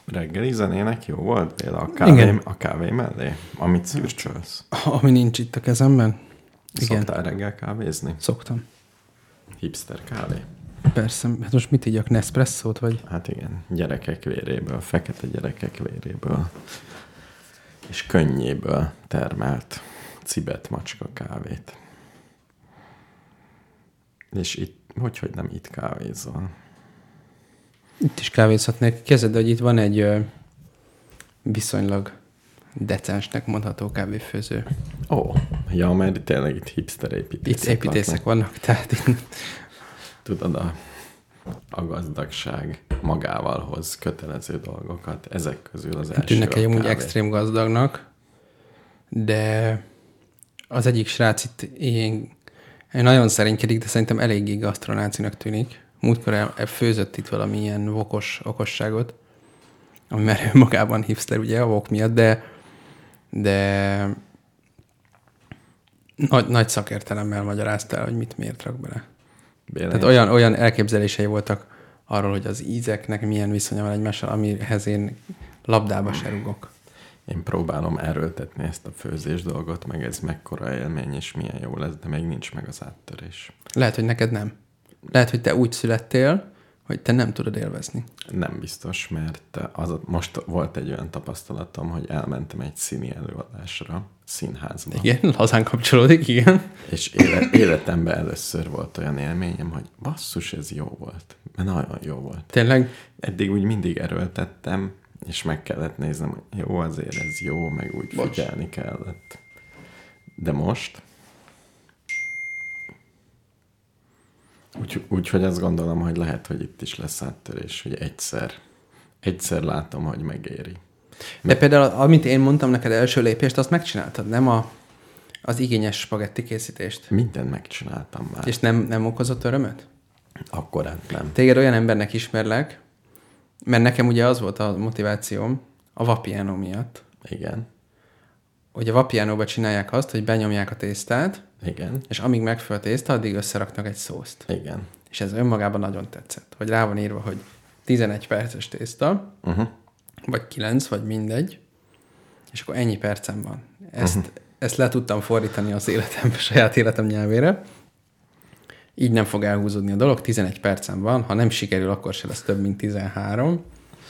Reggelizenének jó volt például a kávé mellé, amit szürcsölsz. Ami nincs itt a kezemben. Igen. Szoktál reggel kávézni? Szoktam. Hipster kávé? Persze. Hát most mit igyak? Nespresszót vagy? Hát igen, gyerekek véréből, fekete gyerekek véréből és könnyéből termelt cibet macska kávét. És itt, hogy nem itt kávézol? Itt is kávézhatnék. Kezded, hogy itt van egy viszonylag decensnek mondható kávéfőző. Ja, mert tényleg itt hipster építészek. Itt építészek vannak, tehát itt... Tudod, a gazdagság magával hoz kötelező dolgokat. Ezek közül az első tűnnek egy amúgy kávé. extrém gazdagnak, de az egyik srác itt ilyen nagyon szerénykedik, de szerintem eléggé gasztronácinak tűnik. Múltkor főzött itt valamilyen okosságot, ami már magában hipster, ugye, a vok miatt, de nagy szakértelemmel magyarázta el, hogy miért rak bele. Tehát olyan elképzelései voltak arról, hogy az ízeknek milyen viszonya van egymással, amihez én labdába se rugok. Én próbálom erőltetni ezt a főzés dolgot, meg ez mekkora élmény, és milyen jó lesz, de még nincs meg az áttörés. Lehet, hogy neked nem. Lehet, hogy te úgy születtél, hogy te nem tudod élvezni. Nem biztos, mert most volt egy olyan tapasztalatom, hogy elmentem egy színi előadásra, színházba. Igen, lazán kapcsolódik, igen. És életemben először volt olyan élményem, hogy basszus, ez jó volt. Mert nagyon jó volt. Tényleg? Eddig úgy mindig erőltettem, és meg kellett néznem, hogy jó, azért ez jó, meg úgy figyelni kellett. De most... Úgyhogy azt gondolom, hogy lehet, hogy itt is lesz áttörés, hogy egyszer látom, hogy megéri. De például, amit én mondtam neked első lépést, azt megcsináltad, nem az igényes spagetti készítést? Mindent megcsináltam már. És nem okozott örömöt? Akkorát nem. Téged olyan embernek ismerlek, mert nekem ugye az volt a motivációm a Vapiano miatt. Igen. Hogy a Vapianóba csinálják azt, hogy benyomják a tésztát, igen. És amíg megföl a tészta, addig összeraknak egy szószt. Igen. És ez önmagában nagyon tetszett. Hogy rá van írva, hogy 11 perces tészta, vagy 9, vagy mindegy, és akkor ennyi percem van. Ezt le tudtam fordítani az saját életem nyelvére. Így nem fog elhúzódni a dolog, 11 percem van, ha nem sikerül, akkor se lesz több, mint 13.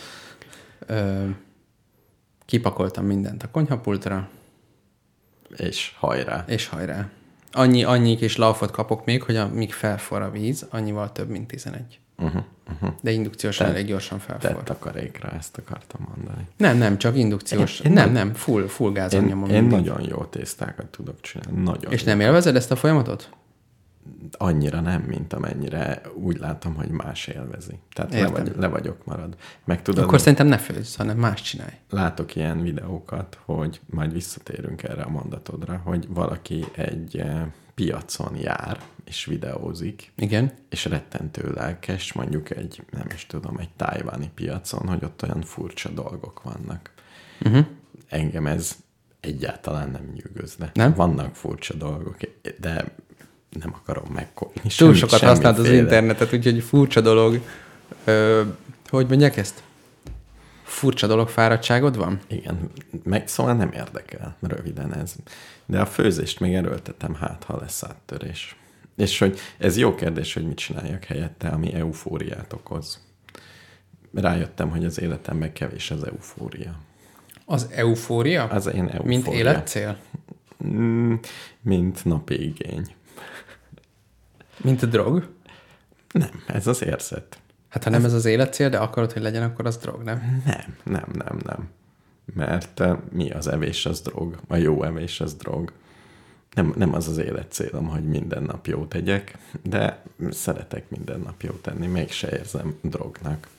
Kipakoltam mindent a konyhapultra. És hajrá. Annyi kis laufot kapok még, hogy amíg felforr a víz, annyival több, mint 11. De indukciósan elég gyorsan felforr. Tett takarékra, ezt akartam mondani. Nem, csak indukciós. Nem, full gázon nyomom. Én nagyon jó tésztákat tudok csinálni. Nagyon és jó. nem élvezed ezt a folyamatot? Annyira nem, mint amennyire úgy látom, hogy más élvezi. Tehát le vagyok marad. Meg tudod, akkor szerintem ne főzz, hanem más csinálj. Látok ilyen videókat, hogy majd visszatérünk erre a mondatodra, hogy valaki egy piacon jár, és videózik. Igen. És rettentő lelkes, mondjuk egy tájváni piacon, hogy ott olyan furcsa dolgok vannak. Engem ez egyáltalán nem nyűgözne. Nem? Vannak furcsa dolgok, de nem akarom megkopni. Túl sokat használt az internetet, úgyhogy furcsa dolog. Hogy mondják ezt? Furcsa dolog, fáradtságod van? Igen, szóval nem érdekel, röviden ez. De a főzést még erőltetem, ha lesz áttörés. És hogy ez jó kérdés, hogy mit csináljak helyette, ami eufóriát okoz. Rájöttem, hogy az életemben kevés az eufória. Az eufória? Az én eufória. Mint életcél? Mint napi igény. Mint a drog? Nem, ez az érzet. Hát ha nem ez az életcél, de akarod, hogy legyen, akkor az drog, nem? Nem. Mert mi az evés, az drog. A jó evés, az drog. Nem az az életcélom, hogy minden nap jót tegyek, de szeretek minden nap jót tenni, mégse érzem drognak.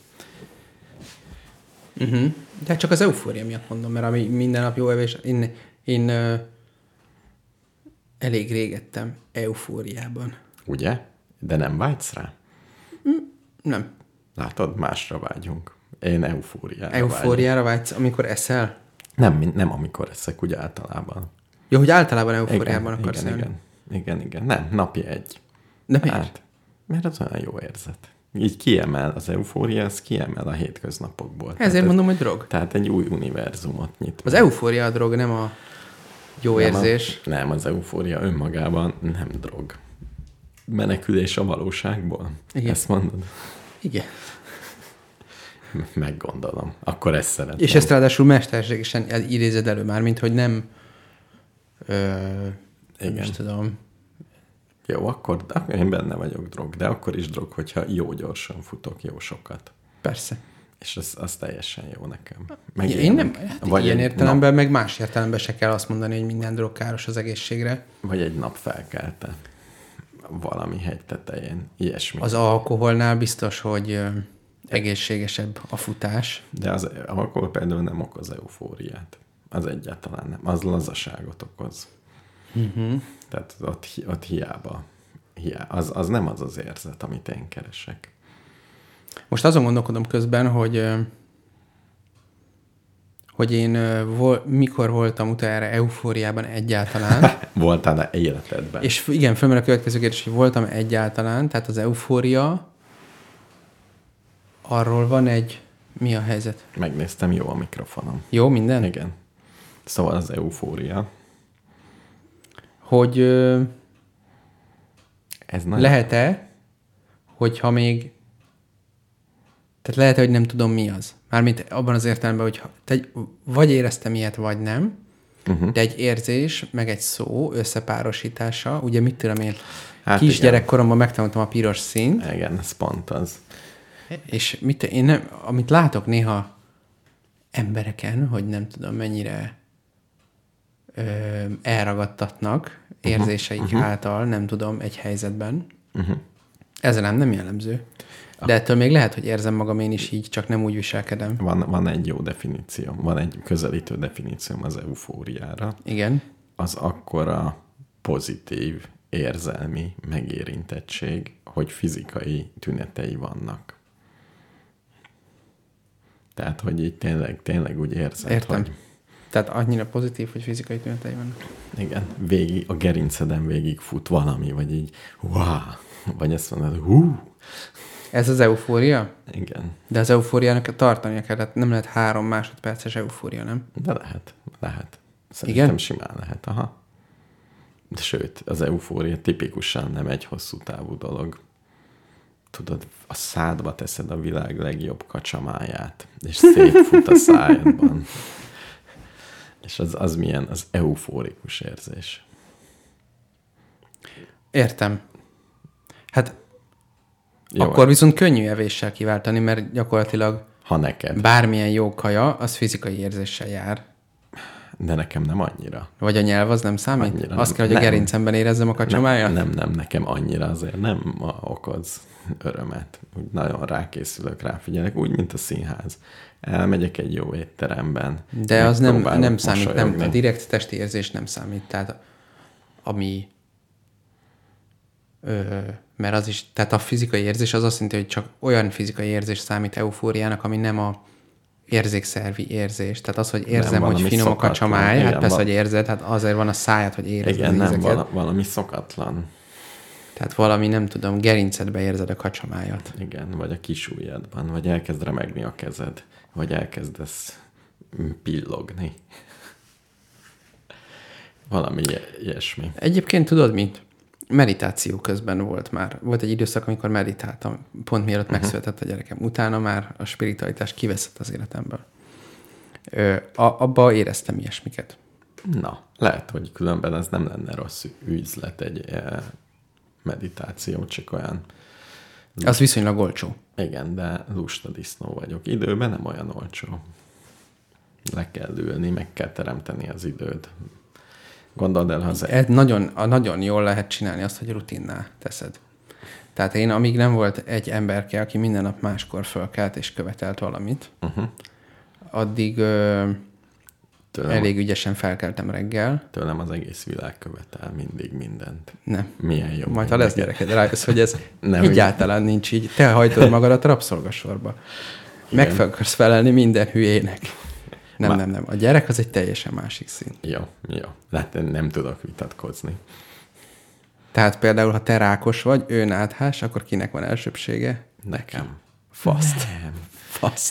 De csak az eufória miatt mondom, mert ami minden nap jó evés, én elég régettem eufóriában. Ugye? De nem vágysz rá? Nem. Látod, másra vágyunk. Én eufóriára Eufóriára vágysz, amikor eszel? Nem amikor eszek, úgy általában. Jó, hogy általában eufóriában akarsz Igen. Nem, napi egy. De miért? Hát, mert az olyan jó érzet. Így kiemel, az eufória, az kiemel a hétköznapokból. Ezért mondom, hogy drog. Tehát egy új univerzumot nyit. Az eufória a drog, nem a jó érzés. Nem, az eufória önmagában nem drog. Menekülés a valóságból? Igen. Ezt mondod? Igen. Meggondolom. Akkor ezt szeretném. És ezt ráadásul mesterségesen idézed elő már, mint hogy nem igen. Nem is tudom. Jó, akkor én benne vagyok drog, de akkor is drog, hogyha jó gyorsan futok, jó sokat. Persze. És az teljesen jó nekem. Én nem, hát ilyen értelemben, meg más értelemben se kell azt mondani, hogy minden drog káros az egészségre. Vagy egy nap felkelte valami hegy tetején, ilyesmi. Az alkoholnál biztos, hogy egészségesebb a futás. De az alkohol például nem okoz eufóriát. Az egyáltalán nem. Az lazaságot okoz. Uh-huh. Tehát ott hiába. Az nem az az érzet, amit én keresek. Most azon gondolkodom közben, hogy én mikor voltam utána eufóriában egyáltalán. Voltál életedben. És igen, fölmerül a következő kérdés, hogy voltam egyáltalán, tehát az eufória, arról van egy... Mi a helyzet? Megnéztem, jó a mikrofonom. Jó, minden? Igen. Szóval az eufória. Hogy ez nagy... lehet-e, hogyha még... Tehát lehet, hogy nem tudom, mi az. Mármint abban az értelemben, hogy vagy éreztem ilyet, vagy nem, de egy érzés, meg egy szó összepárosítása, ugye mit tudom én, hát kisgyerekkoromban megtanultam a piros színt. Igen, ez pont az. És amit látok néha embereken, hogy nem tudom mennyire elragadtatnak érzéseik által, nem tudom, egy helyzetben. Ez nem jellemző. De ettől még lehet, hogy érzem magam én is így, csak nem úgy viselkedem. Van egy jó definíció, van egy közelítő definícióm az eufóriára. Igen. Az akkora pozitív érzelmi megérintettség, hogy fizikai tünetei vannak. Tehát, hogy így tényleg úgy érzed, értem. hogy... Tehát annyira pozitív, hogy fizikai tünetei vannak. Igen, a gerinceden végig fut valami, vagy így wow, vagy ezt mondod, hú. Ez az eufória? Igen. De az eufóriának tartania kell, tehát nem lehet 3 másodperces eufória, nem? De lehet. Szerintem igen? Simán lehet, aha. De sőt, az eufória tipikusan nem egy hosszú távú dolog. Tudod, a szádba teszed a világ legjobb kacsamáját, és szétfut a szájadban. És az milyen? Az eufórikus érzés. Értem. Hát jó, akkor viszont könnyű evéssel kiváltani, mert gyakorlatilag ha neked. Bármilyen jó kaja, az fizikai érzéssel jár. De nekem nem annyira. Vagy a nyelv az nem számít? Annyira azt kell, hogy a gerincemben érezzem a kacsamáját? Nem, nekem annyira azért nem okoz örömet. Úgy nagyon rákészülök, ráfigyelek, úgy, mint a színház. Elmegyek egy jó étteremben. De az nem számít, nem, a direkt testi érzés nem számít. Tehát ami... mert az is, tehát a fizikai érzés az azt jelenti, hogy csak olyan fizikai érzés számít eufóriának, ami nem a érzékszervi érzés. Tehát az, hogy érzem, hogy finom a kacsamáj, hát persze, hogy érzed, hát azért van a szájad, hogy érezd igen, az ízeket. Nem, valami szokatlan. Tehát valami, nem tudom, gerincedbe érzed a kacsamájat. Igen, vagy a kisujjadban, vagy elkezd remegni a kezed, vagy elkezdesz pillogni. Valami ilyesmi. Egyébként tudod mit? Meditáció közben volt egy időszak, amikor meditáltam, pont mielőtt megszületett a gyerekem. Utána már a spiritualitás kiveszett az életemből. Abba éreztem ilyesmiket. Na, lehet, hogy különben ez nem lenne rossz üzlet egy meditáció, csak olyan... Az viszonylag olcsó. Igen, de lusta disznó vagyok. Időben nem olyan olcsó. Le kell ülni, meg kell teremteni az időt. Gondold el, ha nagyon jól lehet csinálni azt, hogy rutinná teszed. Tehát én, amíg nem volt egy emberke, aki minden nap máskor fölkelt és követelt valamit, addig elég ügyesen felkeltem reggel. Tőlem az egész világ követel mindig mindent. Nem. Milyen jó. Majd ha lesz gyereked, rájössz, hogy ez egyáltalán nincs így. Te hajtod magadat rabszolgasorba. Meg fel akarsz felelni minden hülyének. Nem. A gyerek az egy teljesen másik szín. Jó. Hát nem tudok vitatkozni. Tehát például, ha te rákos vagy, ő náthás, akkor kinek van elsőbsége? Nekem. Faszt. Nem. Faszt.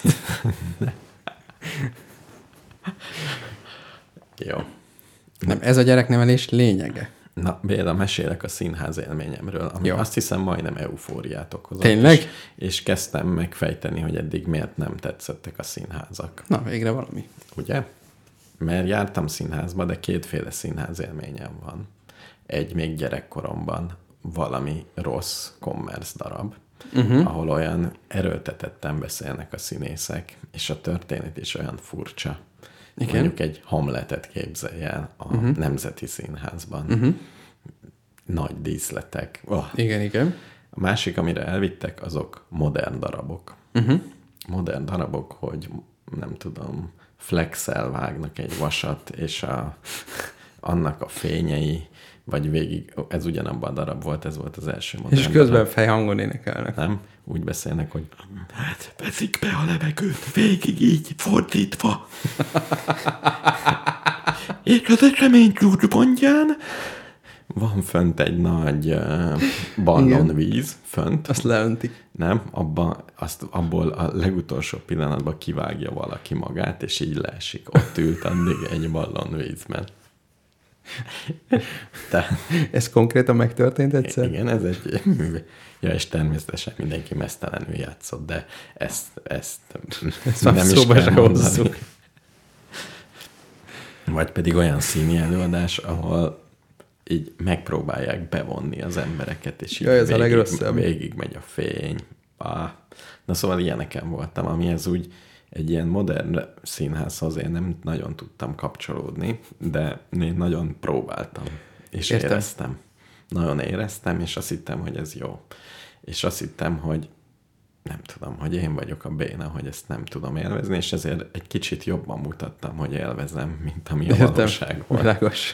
Jó. Nem, ez a gyereknevelés lényege. Na, Béla, mesélek a színház élményemről, ami Jó. azt hiszem majdnem eufóriát okozott. Tényleg? És kezdtem megfejteni, hogy eddig miért nem tetszettek a színházak. Na, végre valami. Ugye? Mert jártam színházba, de kétféle színház élményem van. Egy még gyerekkoromban valami rossz commerce darab, ahol olyan erőltetetten beszélnek a színészek, és a történet is olyan furcsa. Igen. Mondjuk egy Hamletet képzelj el a Nemzeti Színházban. Nagy díszletek. Oh. Igen. A másik, amire elvittek, azok modern darabok. Modern darabok, hogy nem tudom, flexel vágnak egy vasat, és annak a fényei, vagy végig, ez ugyanabban a darab volt, ez volt az első modern És közben darab. fejhangon énekelnek. Nem? Úgy beszélnek, hogy hát veszik be a levegőt, végig így fordítva. És az esemény csúcspontján van fönt egy nagy ballonvíz, fönt. Azt leöntik. Nem? Abból a legutolsó pillanatban kivágja valaki magát, és így leesik. Ott ült addig egy ballonvízben. Ez konkrétan megtörtént egyszer? Igen, ez egy műve. Ja, és természetesen mindenki mesztelenül játszott, de ezt nem is kell mondani. Vagy pedig olyan színi előadás, ahol így megpróbálják bevonni az embereket, és így ez a legrosszabb. végig megy a fény. Na szóval ilyeneken voltam, amihez úgy egy ilyen modern színházhoz én nem nagyon tudtam kapcsolódni, de én nagyon próbáltam, és éreztem. Nagyon éreztem, és azt hittem, hogy ez jó. És azt hittem, hogy nem tudom, hogy én vagyok a béna, hogy ezt nem tudom élvezni, és ezért egy kicsit jobban mutattam, hogy élvezem, mint ami a valóság volt. Világos.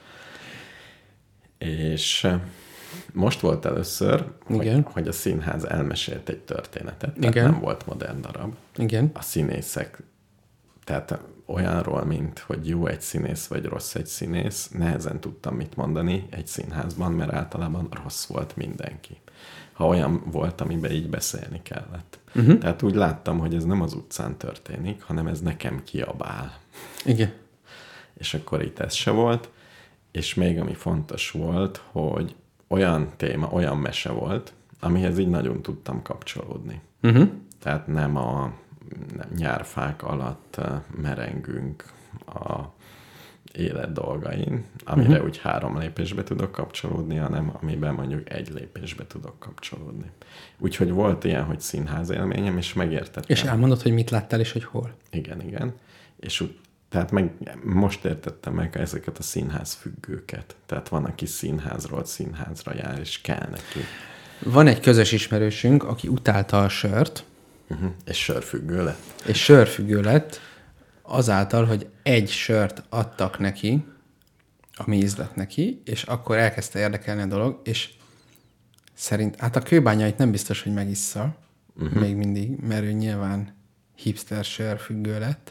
És most volt először, hogy a színház elmesélt egy történetet, tehát nem volt modern darab. Igen. A színészek, tehát olyanról, mint hogy jó egy színész, vagy rossz egy színész, nehezen tudtam mit mondani egy színházban, mert általában rossz volt mindenki. Ha olyan volt, amiben így beszélni kellett. Tehát úgy láttam, hogy ez nem az utcán történik, hanem ez nekem kiabál. Igen. És akkor itt ez se volt, és még ami fontos volt, hogy olyan téma, olyan mese volt, amihez így nagyon tudtam kapcsolódni. Tehát nem nyárfák alatt merengünk a élet dolgain, amire úgy 3 lépésbe tudok kapcsolódni, hanem amiben mondjuk 1 lépésbe tudok kapcsolódni. Úgyhogy volt ilyen, hogy színház élményem, és megértettem. És elmondod, hogy mit láttál, és hogy hol? Igen. És tehát most értettem meg ezeket a színház függőket. Tehát van, aki színházról színházra jár, és kell neki. Van egy közös ismerősünk, aki utálta a sört. És sörfüggő lett. És sörfüggő lett azáltal, hogy egy sört adtak neki, ami ízlett neki, és akkor elkezdte érdekelni a dolog, és hát a kőbányait nem biztos, hogy megissza, még mindig, mert ő nyilván hipster sörfüggő lett.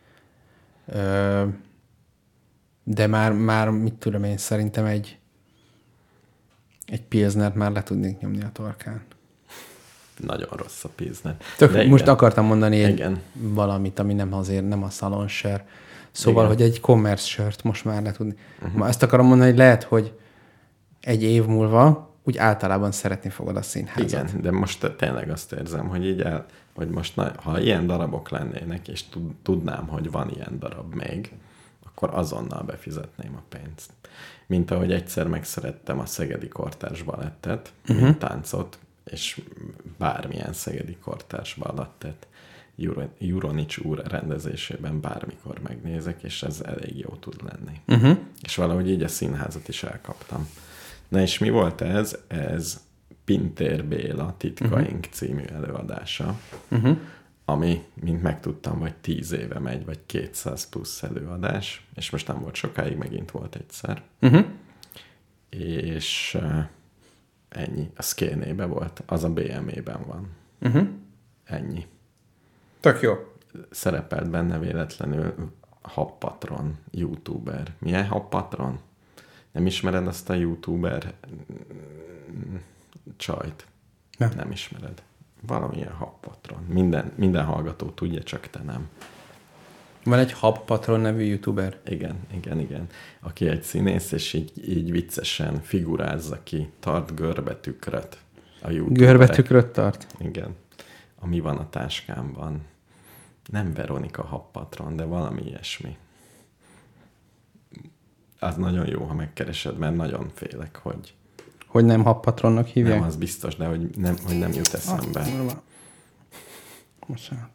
De már mit tudom én, szerintem egy pilsnert már le tudnék nyomni a torkán. Nagyon rossz a pilsner. Most akartam mondani valamit, ami nem azért, nem a szalonsör. Szóval, hogy egy commerce sört most már le tudni. Ma ezt akarom mondani, hogy lehet, hogy egy év múlva úgy általában szeretni fogod a színházat. Igen, de most tényleg azt érzem, hogy hogy most ha ilyen darabok lennének, és tudnám, hogy van ilyen darab még, akkor azonnal befizetném a pénzt. Mint ahogy egyszer megszerettem a Szegedi Kortárs Balettet, mint táncot, és bármilyen Szegedi Kortárs Balettet Juronics úr rendezésében bármikor megnézek, és ez elég jó tud lenni. És valahogy így a színházat is elkaptam. Na és mi volt ez? Ez Pintér Béla Titkaink című előadása, ami, mint megtudtam, vagy 10 éve megy, vagy 200 plusz előadás, és most nem volt sokáig, megint volt egyszer. És ennyi. A Szkénébe volt, az a BME-ben van. Ennyi. Tök jó. Szerepelt benne véletlenül Habpatron, youtuber. Milyen Habpatron? Nem ismered azt a youtuber csajt? Nem ismered. Valamilyen habpatron. Minden hallgató tudja, csak te nem. Van egy Habpatron nevű youtuber. Igen. Aki egy színész, és így viccesen figurázza ki, tart görbetükröt a youtuberek. Görbetükröt tart? Igen. Ami van a táskámban. Nem Veronika Habpatron, de valami ilyesmi. Az nagyon jó, ha megkeresed, mert nagyon félek, hogy... Hogy nem Habpatronnak hívják? Nem, az biztos, de hogy nem jut eszembe. Bocsánat.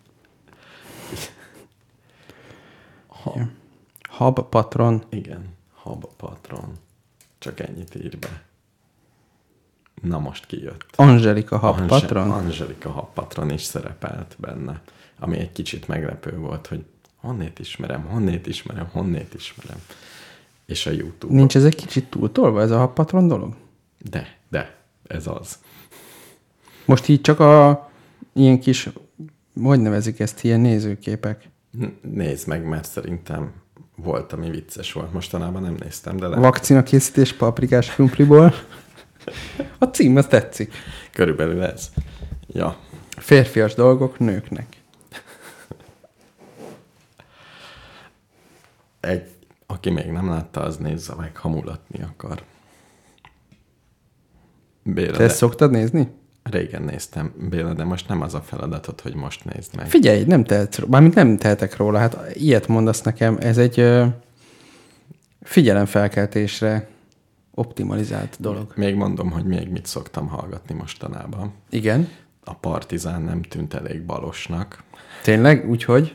Habpatron. Igen, Habpatron. Csak ennyit ír be. Na most kijött. Angelika Habpatron? Angelika Habpatron is szerepelt benne. Ami egy kicsit meglepő volt, hogy honnét ismerem. És a YouTube. Nincs ez egy kicsit túltolva, ez a Habpatron dolog? De, ez az. Most így csak ilyen kis, hogy nevezik ezt, ilyen nézőképek? Nézd meg, mert szerintem volt, ami vicces volt. Mostanában nem néztem, de... Vakcina készítés paprikás krumpliból. A cím, az tetszik. Körülbelül ez. Ja. Férfias dolgok nőknek. Aki még nem látta, az nézze meg, ha mulatni akar. Béla, te ezt szoktad nézni? Régen néztem, Béla, de most nem az a feladatod, hogy most nézd meg. Figyelj, nem tehetek róla, hát ilyet mondasz nekem, ez egy figyelemfelkeltésre optimalizált dolog. Még mondom, hogy még mit szoktam hallgatni mostanában. Igen. A Partizán nem tűnt elég balosnak. Tényleg? Úgyhogy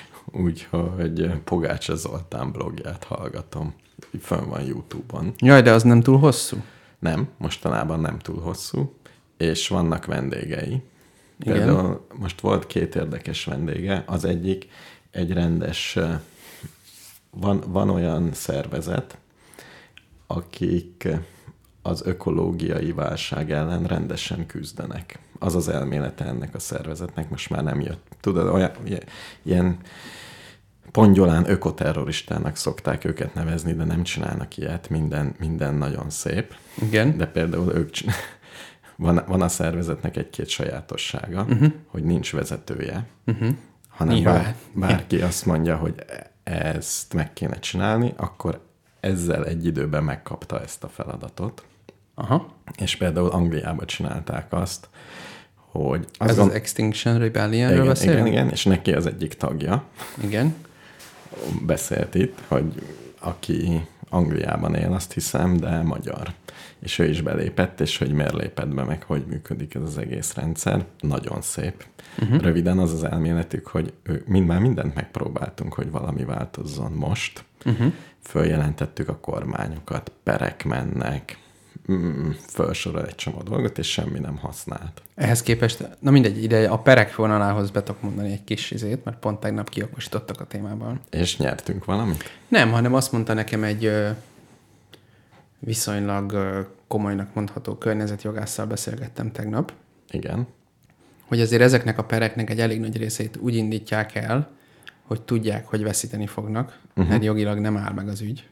Pogácsa Zoltán blogját hallgatom. Fönn van YouTube-on. Jaj, de az nem túl hosszú? Nem, mostanában nem túl hosszú. És vannak vendégei. Igen. Például most volt 2 érdekes vendége. Az egyik egy rendes... Van olyan szervezet, akik az ökológiai válság ellen rendesen küzdenek. Az az elmélete ennek a szervezetnek, most már nem jött. Tudod, ilyen pongyolán ökoterroristának szokták őket nevezni, de nem csinálnak ilyet, minden nagyon szép. Igen. De például ők van a szervezetnek egy-két sajátossága, hogy nincs vezetője, hanem bárki azt mondja, hogy ezt meg kéne csinálni, akkor ezzel egy időben megkapta ezt a feladatot. Aha. És például Angliában csinálták azt, hogy... Ez az Extinction Rebellionről beszélünk? Igen, és neki az egyik tagja. Igen. Beszélt itt, hogy aki Angliában él, azt hiszem, de magyar. És ő is belépett, és hogy miért lépett be, meg hogy működik ez az egész rendszer. Nagyon szép. Röviden az elméletük, hogy már mindent megpróbáltunk, hogy valami változzon most. Följelentettük a kormányokat, perek mennek, felsorol egy csomó dolgot, és semmi nem használt. Ehhez képest, na mindegy, ide a perek vonalához be tudok mondani egy kis izét, mert pont tegnap kiokosítottak a témában. És nyertünk valamit? Nem, hanem azt mondta nekem egy viszonylag komolynak mondható környezetjogásszal beszélgettem tegnap. Igen. Hogy azért ezeknek a pereknek egy elég nagy részét úgy indítják el, hogy tudják, hogy veszíteni fognak, mert jogilag nem áll meg az ügy.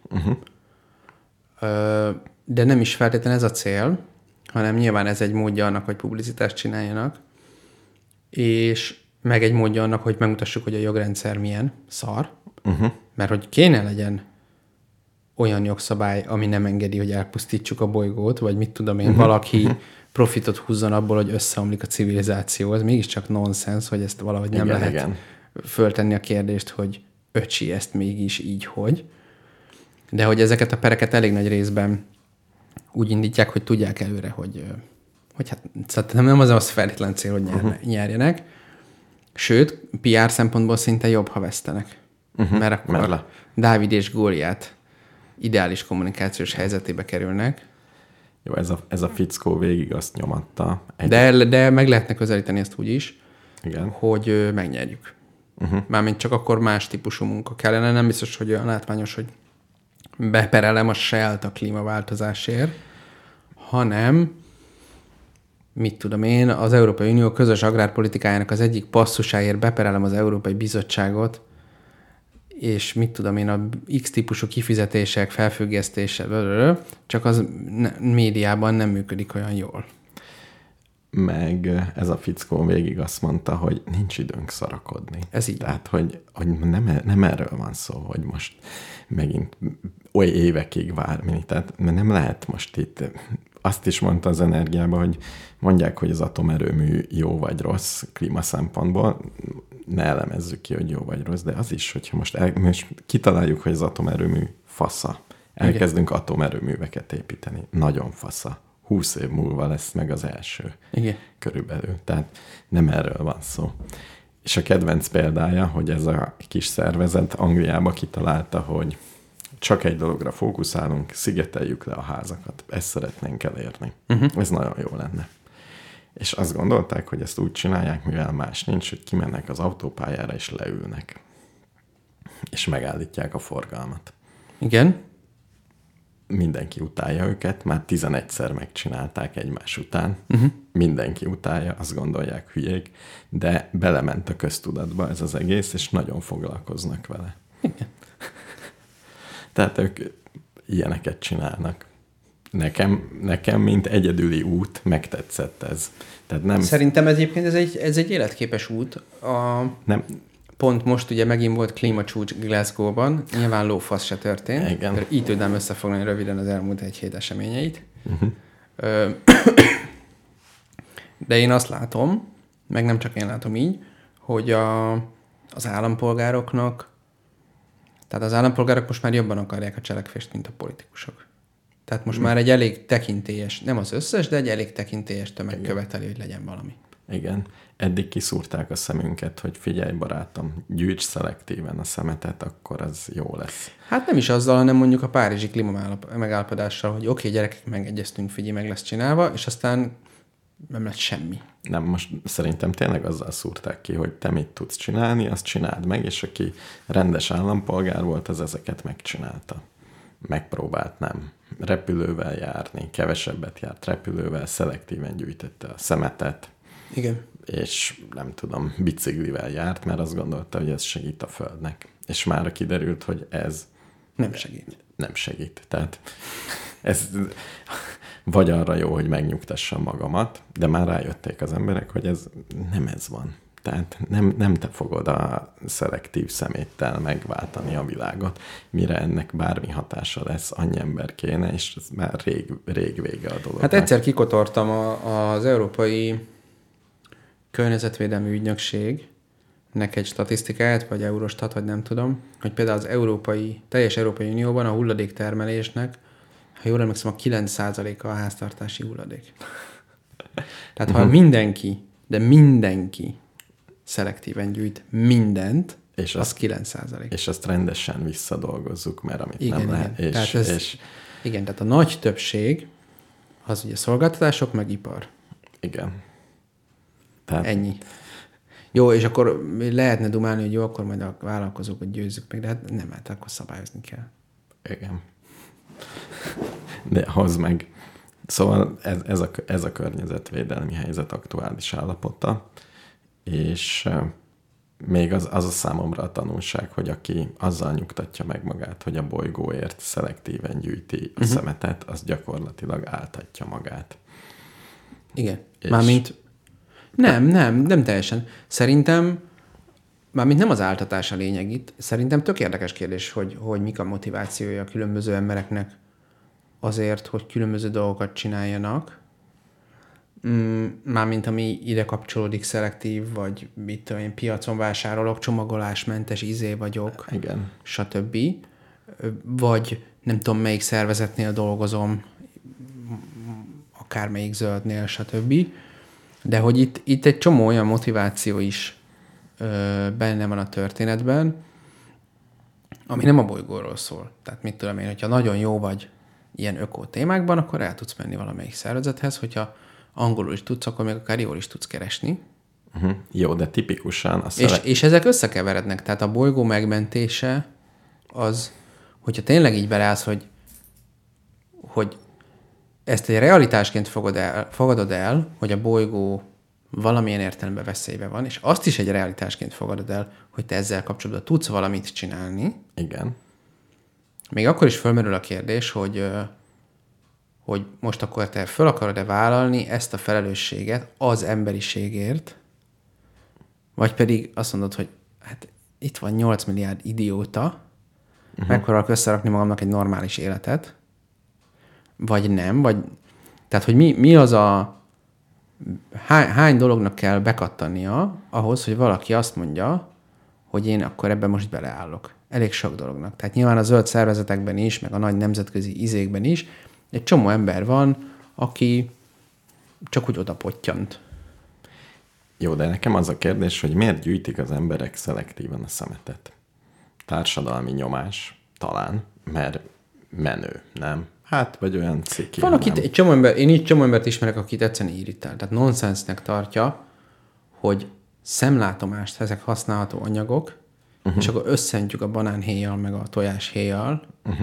De nem is feltétlenül ez a cél, hanem nyilván ez egy módja annak, hogy publicitást csináljanak, és meg egy módja annak, hogy megmutassuk, hogy a jogrendszer milyen szar, mert hogy kéne legyen olyan jogszabály, ami nem engedi, hogy elpusztítsuk a bolygót, vagy mit tudom én, valaki profitot húzzon abból, hogy összeomlik a civilizáció. Ez mégiscsak nonsens, hogy ezt valahogy nem lehet föltenni a kérdést, hogy öcsi, ezt mégis így hogy. De hogy ezeket a pereket elég nagy részben úgy indítják, hogy tudják előre, hogy hát szóval nem az feltétlen cél, hogy nyerjenek. Sőt, PR szempontból szinte jobb, ha vesztenek. Mert akkor Dávid és Góliát ideális kommunikációs helyzetébe kerülnek. Jó, ez a fickó végig azt nyomatta. De meg lehetne közelíteni ezt úgy is, igen, hogy megnyerjük. Mármint csak akkor más típusú munka kellene. Nem biztos, hogy olyan látványos, hogy beperelem a saját a klímaváltozásért, hanem mit tudom én, az Európai Unió közös agrárpolitikájának az egyik passzusáért beperelem az Európai Bizottságot, és mit tudom én, a X-típusú kifizetések, felfüggesztése, csak az médiában nem működik olyan jól. meg ez a fickó végig azt mondta, hogy nincs időnk szarakodni. Ez így. Tehát, hogy nem erről van szó, hogy most megint oly évekig várni. Tehát nem lehet most itt, azt is mondta az energiában, hogy mondják, hogy az atomerőmű jó vagy rossz klíma szempontból, ne elemezzük ki, hogy jó vagy rossz, de az is, hogyha most kitaláljuk, hogy az atomerőmű fasza, elkezdünk atomerőműveket építeni, nagyon fasza. 20 év múlva lesz meg az első. Igen. Körülbelül. Tehát nem erről van szó. És a kedvenc példája, hogy ez a kis szervezet Angliába kitalálta, hogy csak egy dologra fókuszálunk, szigeteljük le a házakat. Ezt szeretnénk elérni. Ez nagyon jó lenne. És azt gondolták, hogy ezt úgy csinálják, mivel más nincs, hogy kimennek az autópályára és leülnek. És megállítják a forgalmat. Igen. Mindenki utálja őket, már 11-szer megcsinálták egymás után. Mindenki utálja, azt gondolják hülyék, de belement a köztudatba ez az egész, és nagyon foglalkoznak vele. Igen. Tehát ők ilyeneket csinálnak. Nekem, mint egyedüli út, megtetszett ez. Tehát nem... Szerintem egyébként ez egy életképes út. Nem. Pont most ugye megint volt klímacsúcs Glasgow-ban, nyilván lófasz se történt. Igen. Így tudnám összefoglalni röviden az elmúlt egy hét eseményeit. De én azt látom, meg nem csak én látom így, hogy az állampolgároknak, tehát az állampolgárok most már jobban akarják a cselekvést, mint a politikusok. Tehát most már egy elég tekintélyes, nem az összes, de egy elég tekintélyes tömeg követeli, hogy legyen valami. Igen. Eddig kiszúrták a szemünket, hogy figyelj barátom, gyűjts szelektíven a szemetet, akkor az jó lesz. Hát nem is azzal, hanem mondjuk a párizsi klímamegállapodással, hogy oké, gyerekek, megegyeztünk, figyelj, meg lesz csinálva, és aztán nem lett semmi. Nem, most szerintem tényleg azzal szúrták ki, hogy te mit tudsz csinálni, azt csináld meg, és aki rendes állampolgár volt, az ezeket megcsinálta. Megpróbált nem repülővel járni, kevesebbet járt repülővel, szelektíven gyűjtette a szemetet. Igen. És nem tudom, biciklivel járt, mert azt gondolta, hogy ez segít a Földnek. És mára kiderült, hogy ez nem segít. Nem segít. Tehát ez vagy arra jó, hogy megnyugtassam magamat, de már rájötték az emberek, hogy ez nem ez van. Tehát nem te fogod a szelektív szeméttel megváltani a világot, mire ennek bármi hatása lesz, annyi ember kéne, és ez már rég vége a dolog. Hát egyszer kikotortam az Európai Környezetvédelmi Ügynökségnek egy statisztikáját, vagy Eurostat, vagy nem tudom, hogy például az teljes Európai Unióban a hulladéktermelésnek, ha jól emlékszem, a 9%-a a háztartási hulladék. Tehát ha mindenki szelektíven gyűjt mindent, és az 9%. És azt rendesen visszadolgozzuk, mert amit nem lehet. Igen, tehát a nagy többség az ugye szolgáltatások, meg ipar. Igen. Tehát... Ennyi. Jó, és akkor lehetne dumálni, hogy jó, akkor majd a vállalkozókat győzzük meg, de hát nem, hát akkor szabályozni kell. Igen. De hozd meg. Szóval ez a környezetvédelmi helyzet aktuális állapota, és még az a számomra a tanulság, hogy aki azzal nyugtatja meg magát, hogy a bolygóért szelektíven gyűjti a szemetet, az gyakorlatilag áltatja magát. Igen. Mármint nem teljesen. Szerintem, mármint nem az áltatás a lényeg itt, szerintem tök érdekes kérdés, hogy mik a motivációja a különböző embereknek azért, hogy különböző dolgokat csináljanak. Mármint ami ide kapcsolódik, szelektív, vagy mit tudom én, piacon vásárolok, csomagolásmentes vagyok, igen, stb. Vagy nem tudom, melyik szervezetnél dolgozom, akármelyik zöldnél, stb. De hogy itt egy csomó olyan motiváció is benne van a történetben, ami nem a bolygóról szól. Tehát mit tudom én, hogyha nagyon jó vagy ilyen öko témákban, akkor el tudsz menni valamelyik szervezethez, hogyha angolul is tudsz, akkor még akár jól is tudsz keresni. Jó, de tipikusan... És ezek összekeverednek. Tehát a bolygó megmentése az, hogyha tényleg így beleállsz, hogy ezt egy realitásként fogadod el, hogy a bolygó valamilyen értelemben veszélyben van, és azt is egy realitásként fogadod el, hogy te ezzel kapcsolatban tudsz valamit csinálni. Igen. Még akkor is fölmerül a kérdés, hogy most akkor te föl akarod-e vállalni ezt a felelősséget az emberiségért, vagy pedig azt mondod, hogy hát itt van 8 milliárd idióta, megpróbálok összerakni magamnak egy normális életet, vagy nem, vagy tehát, hogy mi az a hány dolognak kell bekattania ahhoz, hogy valaki azt mondja, hogy én akkor ebben most beleállok. Elég sok dolognak. Tehát nyilván a zöld szervezetekben is, meg a nagy nemzetközi izékben is egy csomó ember van, aki csak úgy odapottyant. Jó, de nekem az a kérdés, hogy miért gyűjtik az emberek szelektíven a szemetet? Társadalmi nyomás, talán, mert menő, nem? Hát, vagy olyan ciki. Van, akit egy csomó ember, én így csomó embert ismerek, akit egyszerűen irritál. Tehát nonsensnek tartja, hogy szemlátomást, ezek használható anyagok, és akkor összeöntjük a banánhéjjal, meg a tojáshéjjal,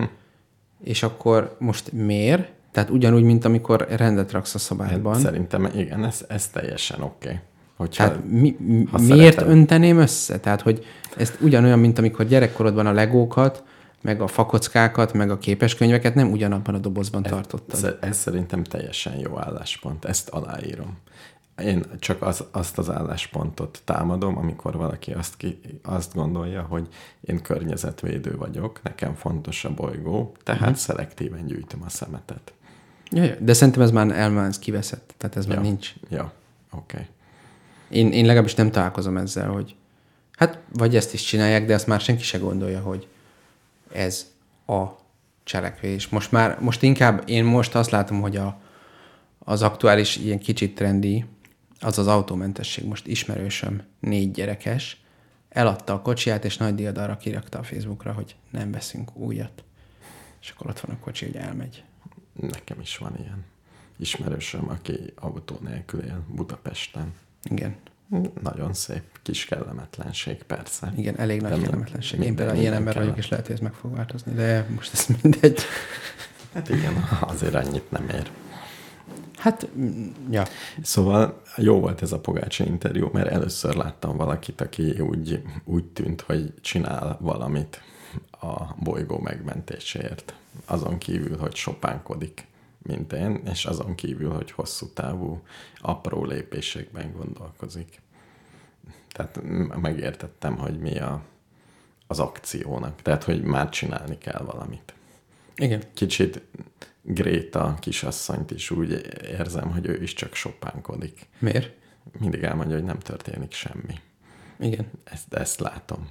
és akkor most miért? Tehát ugyanúgy, mint amikor rendet raksz a szobádban. Szerintem igen, ez teljesen oké. Tehát miért önteném össze? Tehát, hogy ez ugyanolyan, mint amikor gyerekkorodban a legókat, meg a fakockákat, meg a képeskönyveket nem ugyanabban a dobozban tartottad. Ez szerintem teljesen jó álláspont. Ezt aláírom. Én csak azt az álláspontot támadom, amikor valaki azt gondolja, hogy én környezetvédő vagyok, nekem fontos a bolygó, tehát szelektíven gyűjtöm a szemetet. Ja, de szerintem ez már kiveszett, tehát ez már nincs. Ja, oké. Én legalábbis nem találkozom ezzel, hogy hát vagy ezt is csinálják, de azt már senki se gondolja, hogy ez a cselekvés. Most inkább én most azt látom, hogy az aktuális ilyen kicsit trendi, az az autómentesség. Most ismerősöm 4 gyerekes, eladta a kocsiját, és nagy diadalra kirakta a Facebookra, hogy nem veszünk újat. És akkor ott van a kocsi, hogy elmegy. Nekem is van ilyen ismerősöm, aki autó nélkül él Budapesten. Igen. Nagyon szép kis kellemetlenség, persze. Igen, elég nagy kellemetlenség. Én például ilyen ember vagyok, és lehet, hogy ez meg fog változni, de most ez mindegy. Hát igen, azért annyit nem ér. Hát, ja. Szóval jó volt ez a Pogácsi interjú, mert először láttam valakit, aki úgy tűnt, hogy csinál valamit a bolygó megmentéséért. Azon kívül, hogy sopánkodik, mint én, és azon kívül, hogy hosszú távú, apró lépésekben gondolkozik. Tehát megértettem, hogy mi az akciónak. Tehát, hogy már csinálni kell valamit. Igen. Kicsit Gréta kisasszonyt is úgy érzem, hogy ő is csak sopánkodik. Miért? Mindig elmondja, hogy nem történik semmi. Igen. Ezt látom.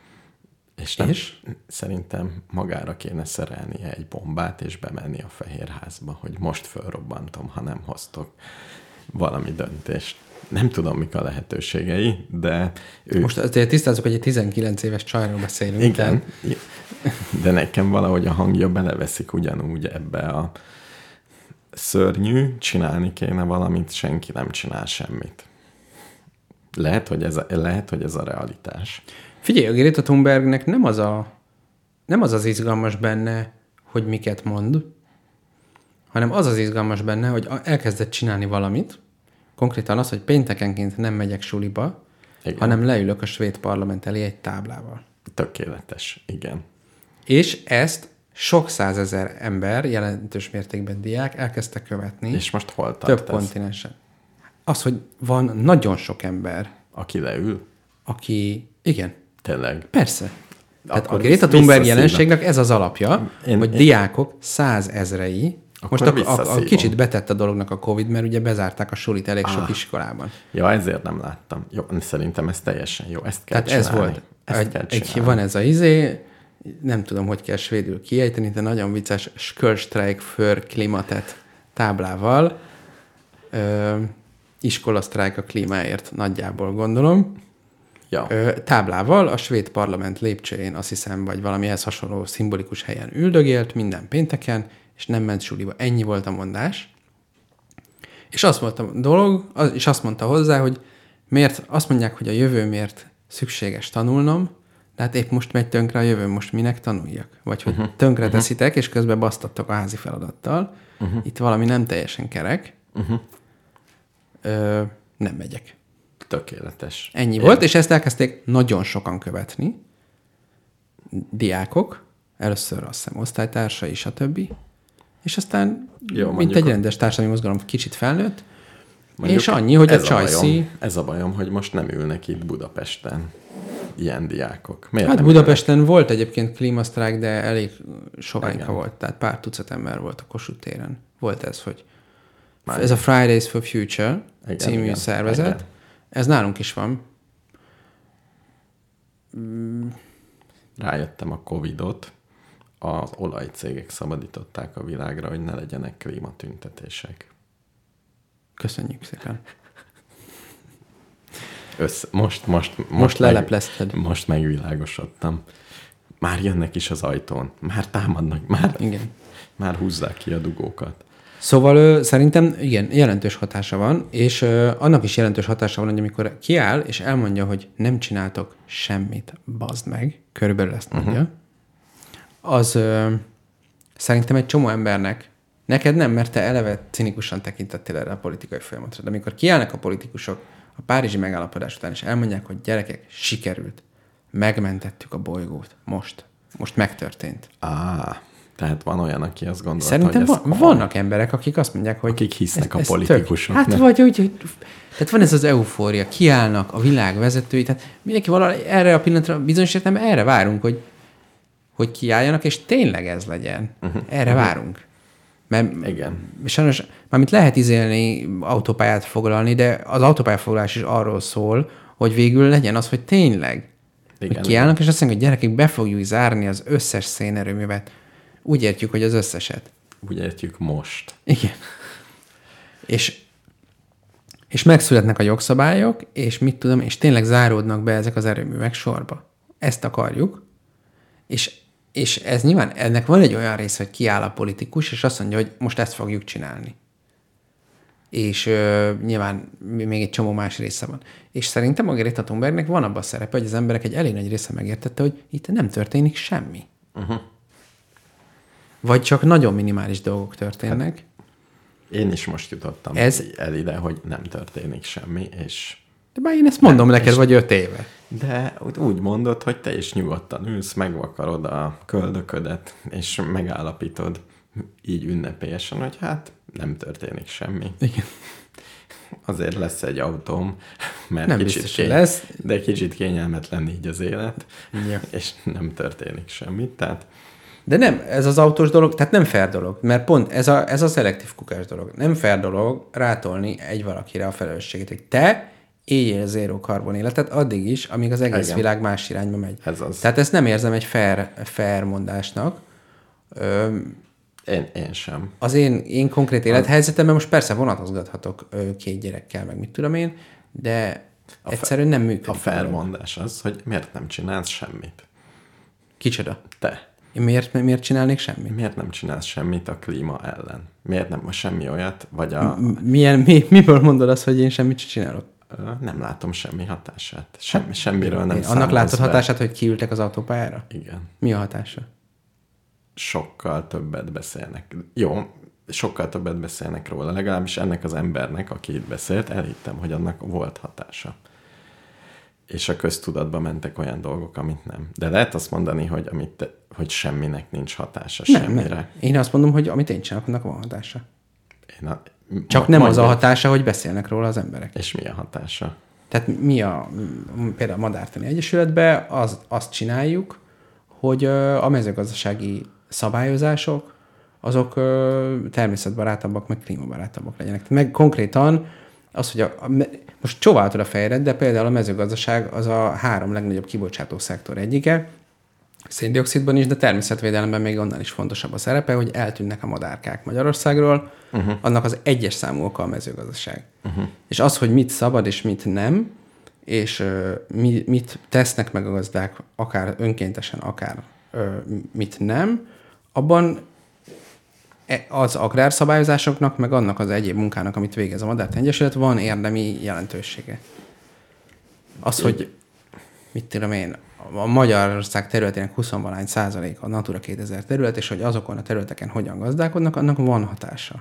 És szerintem magára kéne szerelnie egy bombát, és bemenni a Fehérházba, hogy most fölrobbantom, ha nem hoztok valami döntést. Nem tudom, mik a lehetőségei, de ő... Most azért tisztázzuk, hogy egy 19 éves csajról beszélünk. Igen, de nekem valahogy a hangja beleveszik ugyanúgy ebbe a szörnyű, csinálni kéne valamit, senki nem csinál semmit. Lehet, hogy ez a realitás. Figyelj, a Greta Thunbergnek nem az izgalmas benne, hogy miket mond, hanem az izgalmas benne, hogy elkezdett csinálni valamit, konkrétan az, hogy péntekenként nem megyek suliba, igen, hanem leülök a svéd parlament elé egy táblával. Tökéletes, igen. És ezt sok százezer ember, jelentős mértékben diák elkezdte követni. És most hol tart több kontinensen. Az, hogy van nagyon sok ember. Aki leül? Igen. Tényleg? Persze. Tehát a Greta Thunberg jelenségnek ez az alapja, hogy diákok 100 000-ei, most a kicsit betett a dolognak a Covid, mert ugye bezárták a sulit elég sok iskolában. Ja, ezért nem láttam. Jó, szerintem ez teljesen jó. Ezt kell Tehát csinálni. ez volt. Van ez a nem tudom, hogy kell svédül kiejteni, de nagyon vicces Skölstreik för klimatet táblával. Iskolasztrájk a klímáért nagyjából gondolom. Ja. Táblával a svéd parlament lépcsőjén, azt hiszem, vagy valamihez hasonló szimbolikus helyen üldögélt minden pénteken, és nem ment suliba. Ennyi volt a mondás. És azt volt a dolog, és azt mondta hozzá, hogy miért, azt mondják, hogy a jövő miért szükséges tanulnom, de hát épp most megy tönkre a jövő, most minek tanuljak? Vagy hogy tönkre teszitek, és közben basztattok a házi feladattal. Itt valami nem teljesen kerek. Nem megyek. Tökéletes. Ennyi volt, és ezt elkezdték nagyon sokan követni. Diákok, először azt hiszem osztálytársai, stb. és aztán mint egy rendes társadalmi mozgalom kicsit felnőtt, és annyi, hogy a csajszi... Ez a bajom, hogy most nem ülnek itt Budapesten ilyen diákok. Miért hát Budapesten volt egyébként klímasztrájk, de elég soványka volt, tehát pár tucat ember volt a Kossuth téren. Volt ez, hogy ez a Fridays for Future című szervezet. Igen. Ez nálunk is van. Rájöttem a Covid-ot, az olajcégek szabadították a világra, hogy ne legyenek klímatüntetések. Köszönjük szépen. Most leleplezted. Most megvilágosodtam. Már jönnek is az ajtón. Már támadnak. Már húzzák ki a dugókat. Szóval szerintem igen, jelentős hatása van, és annak is jelentős hatása van, hogy amikor kiáll, és elmondja, hogy nem csináltok semmit, bazd meg, körülbelül ezt mondja, az szerintem egy csomó embernek, neked nem, mert te eleve cinikusan tekintettél erre a politikai folyamatra, de amikor kiállnak a politikusok a párizsi megállapodás után, és elmondják, hogy gyerekek, sikerült, megmentettük a bolygót, most megtörtént. Tehát van olyan, aki azt gondolta, szerintem hogy vannak emberek, akik azt mondják, hogy... Akik hisznek a politikusoknak. Hát vagy úgy, tehát van ez az eufória, kiállnak a világ vezetői, tehát mindenki valahogy erre a pillanatra, bizonyos értelemben erre várunk, hogy kiálljanak, és tényleg ez legyen. Erre várunk. Mert igen. Sajnos, mármint lehet izélni, autópályát foglalni, de az autópályafoglalás is arról szól, hogy végül legyen az, hogy tényleg. Igen, hogy kiállnak, és azt mondják, hogy gyerekek, be fogjuk zárni az összes szénerőművet. Úgy értjük, hogy az összeset. Úgy értjük most. Igen. És megszületnek a jogszabályok, és mit tudom, és tényleg záródnak be ezek az erőművek sorba. Ezt akarjuk, és ez nyilván, ennek van egy olyan része, hogy kiáll a politikus, és azt mondja, hogy most ezt fogjuk csinálni. És nyilván még egy csomó más része van. És szerintem a Greta Thunbergnek van abban a szerepe, hogy az emberek egy elég nagy része megértette, hogy itt nem történik semmi. Vagy csak nagyon minimális dolgok történnek. Hát, én is most jutottam el ide, hogy nem történik semmi, és... De bár én ezt mondom neked, vagy 5 éve. De úgy mondod, hogy te is nyugodtan ülsz, megvakarod a köldöködet, és megállapítod így ünnepélyesen, hogy hát nem történik semmi. Igen. Azért lesz egy autóm, mert nem lesz. De kicsit kényelmetlen így az élet, ja. És nem történik semmi, tehát... De nem, ez az autós dolog, tehát nem fair dolog, mert pont ez a szelektív kukás dolog. Nem fair dolog rátolni egy valakire a felelősséget, hogy te éljél zéró karbon életet addig is, amíg az egész világ más irányba megy. Ez az. Tehát ezt nem érzem egy fair mondásnak. Én sem. Az én konkrét élethelyzetemben most persze vonatozgathatok 2 gyerekkel, meg mit tudom én, de egyszerűen nem működik. A fair mondás az, hogy miért nem csinálsz semmit. Kicsoda? Te. Én miért csinálnék semmit? Miért nem csinálsz semmit a klíma ellen? Miért nem semmi olyat, vagy miből mondod azt, hogy én semmit sem csinálok? Nem látom semmi hatását. Semmiről nem számolsz. Annak látod hatását, hogy kiültek az autópályára? Igen. Mi a hatása? Sokkal többet beszélnek. Jó, sokkal többet beszélnek róla. Legalábbis ennek az embernek, aki itt beszélt, elhittem, hogy annak volt hatása. És a köztudatba mentek olyan dolgok, amit nem. De lehet azt mondani, hogy semminek nincs hatása semmire. Nem. Én azt mondom, hogy amit én csinálok, annak van hatása. Csak nem az a hatása, hogy beszélnek róla az emberek. És mi a hatása? Tehát például a Madártani Egyesületben azt csináljuk, hogy a mezőgazdasági szabályozások, azok természetbarátabbak, meg klímabarátabbak legyenek. Meg konkrétan az, hogy most csóváltad a fejedet, de például a mezőgazdaság az a 3 legnagyobb kibocsátó szektor egyike, széndioxidban is, de természetvédelemben még onnan is fontosabb a szerepe, hogy eltűnnek a madárkák Magyarországról, annak az 1-es számú oka a mezőgazdaság. És az, hogy mit szabad és mit nem, és mit tesznek meg a gazdák, akár önkéntesen, akár mit nem, abban az agrárszabályozásoknak, meg annak az egyéb munkának, amit végez a Madártani Egyesület, van érdemi jelentősége. Az, hogy mit tudom én, a Magyarország területének 20% a Natura 2000 terület, és hogy azokon a területeken hogyan gazdálkodnak, annak van hatása.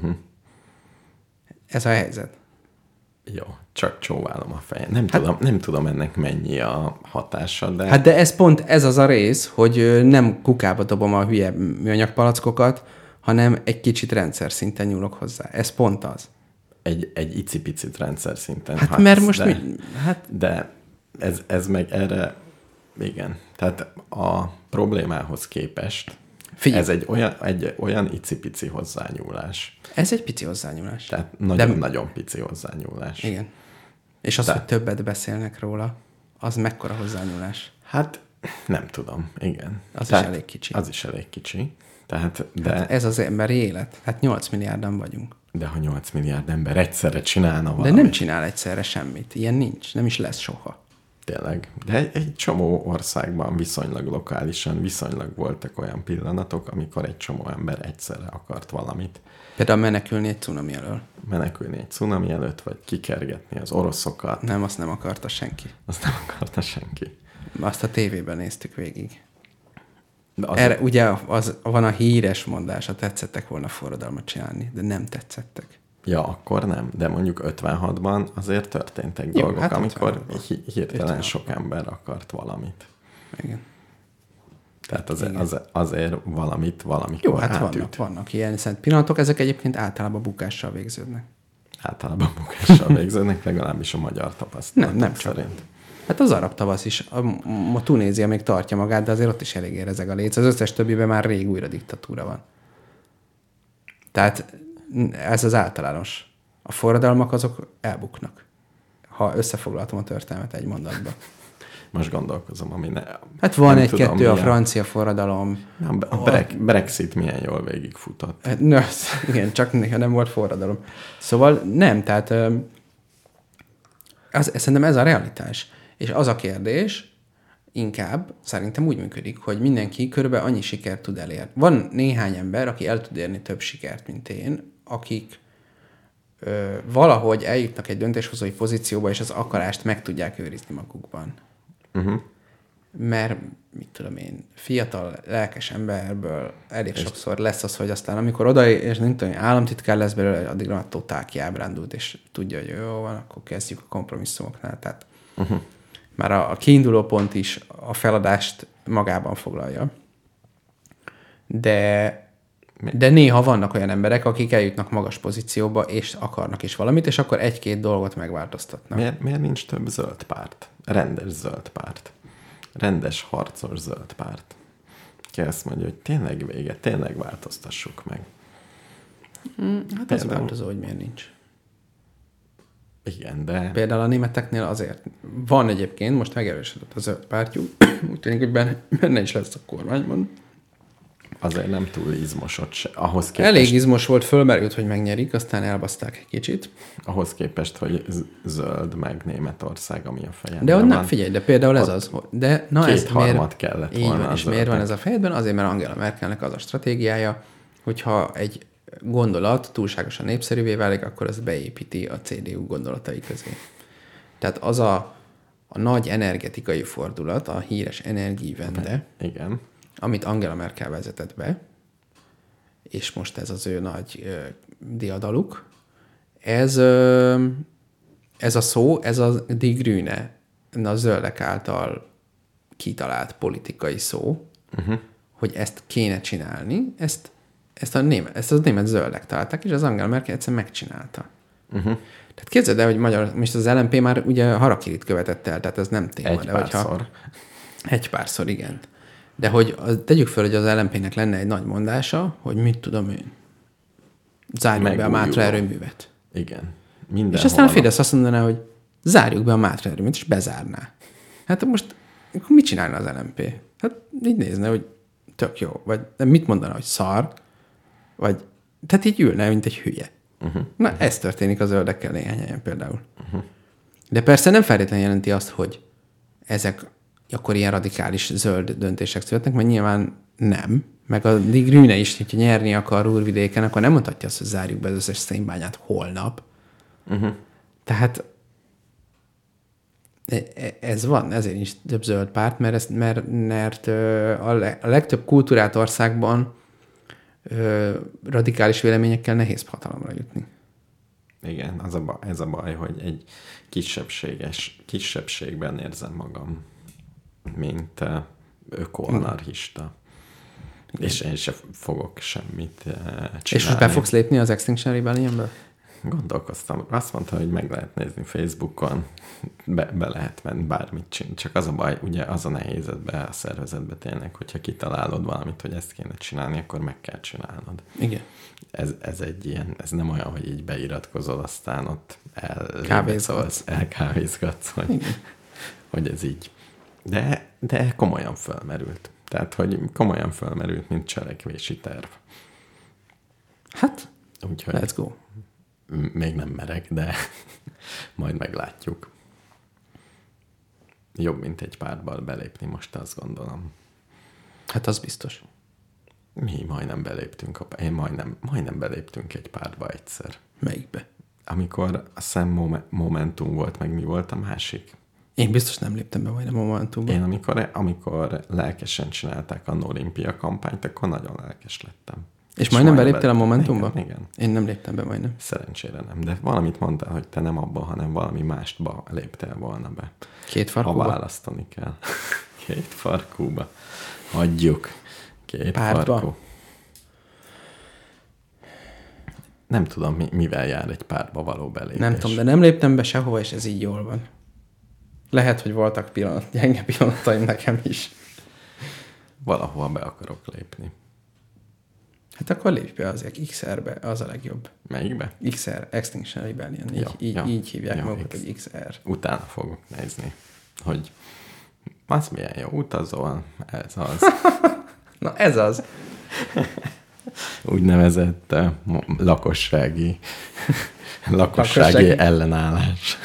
Ez a helyzet. Jó, csak csóválom a fejem. Nem tudom ennek mennyi a hatása, de... Hát de ez az a rész, hogy nem kukába dobom a hülye műanyagpalackokat, hanem egy kicsit rendszer szinten nyúlok hozzá. Ez pont az. Egy icipicit rendszer szinten. Hát mert most de ez meg erre, igen. Tehát a problémához képest figyelj. Ez egy olyan icipici hozzányúlás. Ez egy pici hozzányúlás. Tehát nagyon pici hozzányúlás. Igen. És az, hogy többet beszélnek róla, az mekkora hozzányúlás? Hát nem tudom, igen. Az is elég kicsi. Az is elég kicsi. Tehát, hát ez az emberi élet. Hát 8 milliárdan vagyunk. De ha 8 milliárd ember egyszerre csinálna valamit. De nem csinál egyszerre semmit. Ilyen nincs. Nem is lesz soha. Tényleg. De egy csomó országban viszonylag lokálisan, viszonylag voltak olyan pillanatok, amikor egy csomó ember egyszerre akart valamit. Például menekülni egy cunami elől. Menekülni egy cunami előtt, vagy kikergetni az oroszokat. Nem, azt nem akarta senki. Azt nem akarta senki. Azt a tévében néztük végig. Erre, ugye van a híres mondás, ha tetszettek volna forradalmat csinálni, de nem tetszettek. Ja, akkor nem, de mondjuk 56-ban azért történtek dolgok, hát amikor hirtelen sok ember akart valamit. Igen. Tehát azért valamikor jó, hát vannak ilyen szent pillanatok, ezek egyébként általában bukással végződnek. Általában bukással végződnek, legalábbis a magyar tapasztalatok nem szerint. Hát az arab tavasz is, a Tunézia még tartja magát, de azért ott is elég érezeg a léc. Az összes többiben már rég újra diktatúra van. Tehát ez az általános. A forradalmak azok elbuknak. Ha összefoglaltam a történelmet egy mondatba. Most gondolkozom, ami ne... Hát van egy-kettő, a francia forradalom. A Brexit milyen jól végigfutott. Igen, csak néha nem volt forradalom. Szóval nem, tehát szerintem ez a realitás. És az a kérdés inkább szerintem úgy működik, hogy mindenki körülbelül annyi sikert tud elérni. Van néhány ember, aki el tud érni több sikert, mint én, akik valahogy eljutnak egy döntéshozói pozícióba, és az akarást meg tudják őrizni magukban. Uh-huh. Mert, mit tudom én, fiatal, lelkes emberből elég sokszor lesz az, hogy aztán amikor oda, és nem tudom, államtitkár lesz belőle, addigra már totál kiábrándult, és tudja, hogy jó van, akkor kezdjük a kompromisszumoknál. Tehát már a kiinduló pont is a feladást magában foglalja. De néha vannak olyan emberek, akik eljutnak magas pozícióba, és akarnak is valamit, és akkor egy-két dolgot megváltoztatnak. Miért nincs több zöld párt? Rendes zöld párt. Rendes harcos zöld párt. Ki azt mondja, hogy tényleg vége, tényleg változtassuk meg. Hát az változó, hogy miért nincs. Igen, de... Például a németeknél azért van egyébként, most megerősödött a zöld pártjuk, úgy tűnik, hogy benne is lesz a kormányban. Azért nem túl izmosott se. Ahhoz képest... Elég izmos volt, fölmerült, hogy megnyerik, aztán elbaszták egy kicsit. Ahhoz képest, hogy zöld meg Németország, ami a fejemben de van. De figyelj, de például ez az. De na ez miért kellett volna. És miért van ez a fejedben? Azért, mert Angela Merkelnek az a stratégiája, hogyha egy gondolat túlságosan népszerűvé válik, akkor azt beépíti a CDU gondolatai közé. Tehát az a nagy energetikai fordulat, a híres Energiewende, igen, amit Angela Merkel vezetett be, és most ez az ő nagy diadaluk, ez a szó, ez a Die Grüne, a zöldek által kitalált politikai szó, hogy ezt kéne csinálni, ezt a német zöldek találták, és az Angela Merkel egyszerűen megcsinálta. Tehát képzeld el, hogy most az LMP már ugye harakirit követett el, tehát ez nem téma. Egy párszor, igen. De hogy tegyük föl, hogy az LMP-nek lenne egy nagy mondása, hogy mit tudom én, zárjuk be a Mátra erőművet. Igen. És aztán a Fidesz azt mondaná, hogy zárjuk be a Mátra erőművet, és bezárná. Hát most akkor mit csinálna az LMP? Hát így nézne, hogy tök jó. Vagy mit mondaná, hogy szar? Vagy, tehát így ülne, mint egy hülye. Na, ez történik a zöldekkel néhány helyen például. De persze nem feltétlenül jelenti azt, hogy ezek akkor ilyen radikális zöld döntések születnek, mert nyilván nem. Meg a Die Grüne is, hogyha nyerni akar Ruhrvidéken, akkor nem mondhatja azt, hogy zárjuk be az összes szénbányát holnap. Tehát ez van, ezért is több zöld párt, mert a legtöbb kultúrát országban radikális véleményekkel nehéz hatalomra jutni. Igen, ez a baj, hogy egy kisebbségben érzem magam, mint ökoanarchista. És én sem fogok semmit csinálni. És most be fogsz lépni az Extinction Rebellionbe? Gondolkoztam. Azt mondta, hogy meg lehet nézni Facebookon, be lehet menni, bármit csinálni. Csak az a baj, ugye az a nehéz ebbe a szervezetbe tényleg, hogyha kitalálod valamit, hogy ezt kéne csinálni, akkor meg kell csinálnod. Igen. Ez egy ilyen, ez nem olyan, hogy így beiratkozol, aztán ott elkávézgatsz, hogy ez így. De komolyan fölmerült. Tehát, hogy komolyan fölmerült, mint cselekvési terv. Hát, úgyhogy let's go. Még nem merek, de majd meglátjuk. Jobb, mint egy pártba belépni, most azt gondolom. Hát az biztos. Mi majdnem beléptünk, majdnem beléptünk egy pártba egyszer. Melyikbe? Amikor a Sam Momentum volt, meg mi volt a másik? Én biztos nem léptem be majdnem a Momentumba. Én amikor lelkesen csinálták a Olimpia kampányt, akkor nagyon lelkes lettem. És majdnem beléptél a Momentumba? Igen. Én nem léptem be majdnem. Szerencsére nem, de valamit mondtál, hogy te nem abba, hanem valami mástba léptél volna be. Két farkúba? Ha választani kell. Két farkúba. Hagyjuk. Két pártba. Farkú. Nem tudom, mivel jár egy pártba való belépés. Nem tudom, de nem léptem be sehova, és ez így jól van. Lehet, hogy voltak gyenge pillanataim nekem is. Valahova be akarok lépni. Hát akkor lépj be az XR-be, az a legjobb. Melyikbe? XR, Extinction Rebellion. Így hívják magukat, hogy XR. Utána fogok nézni, hogy az milyen jó, utazol, ez az. Na ez az. Úgynevezett lakossági ellenállás.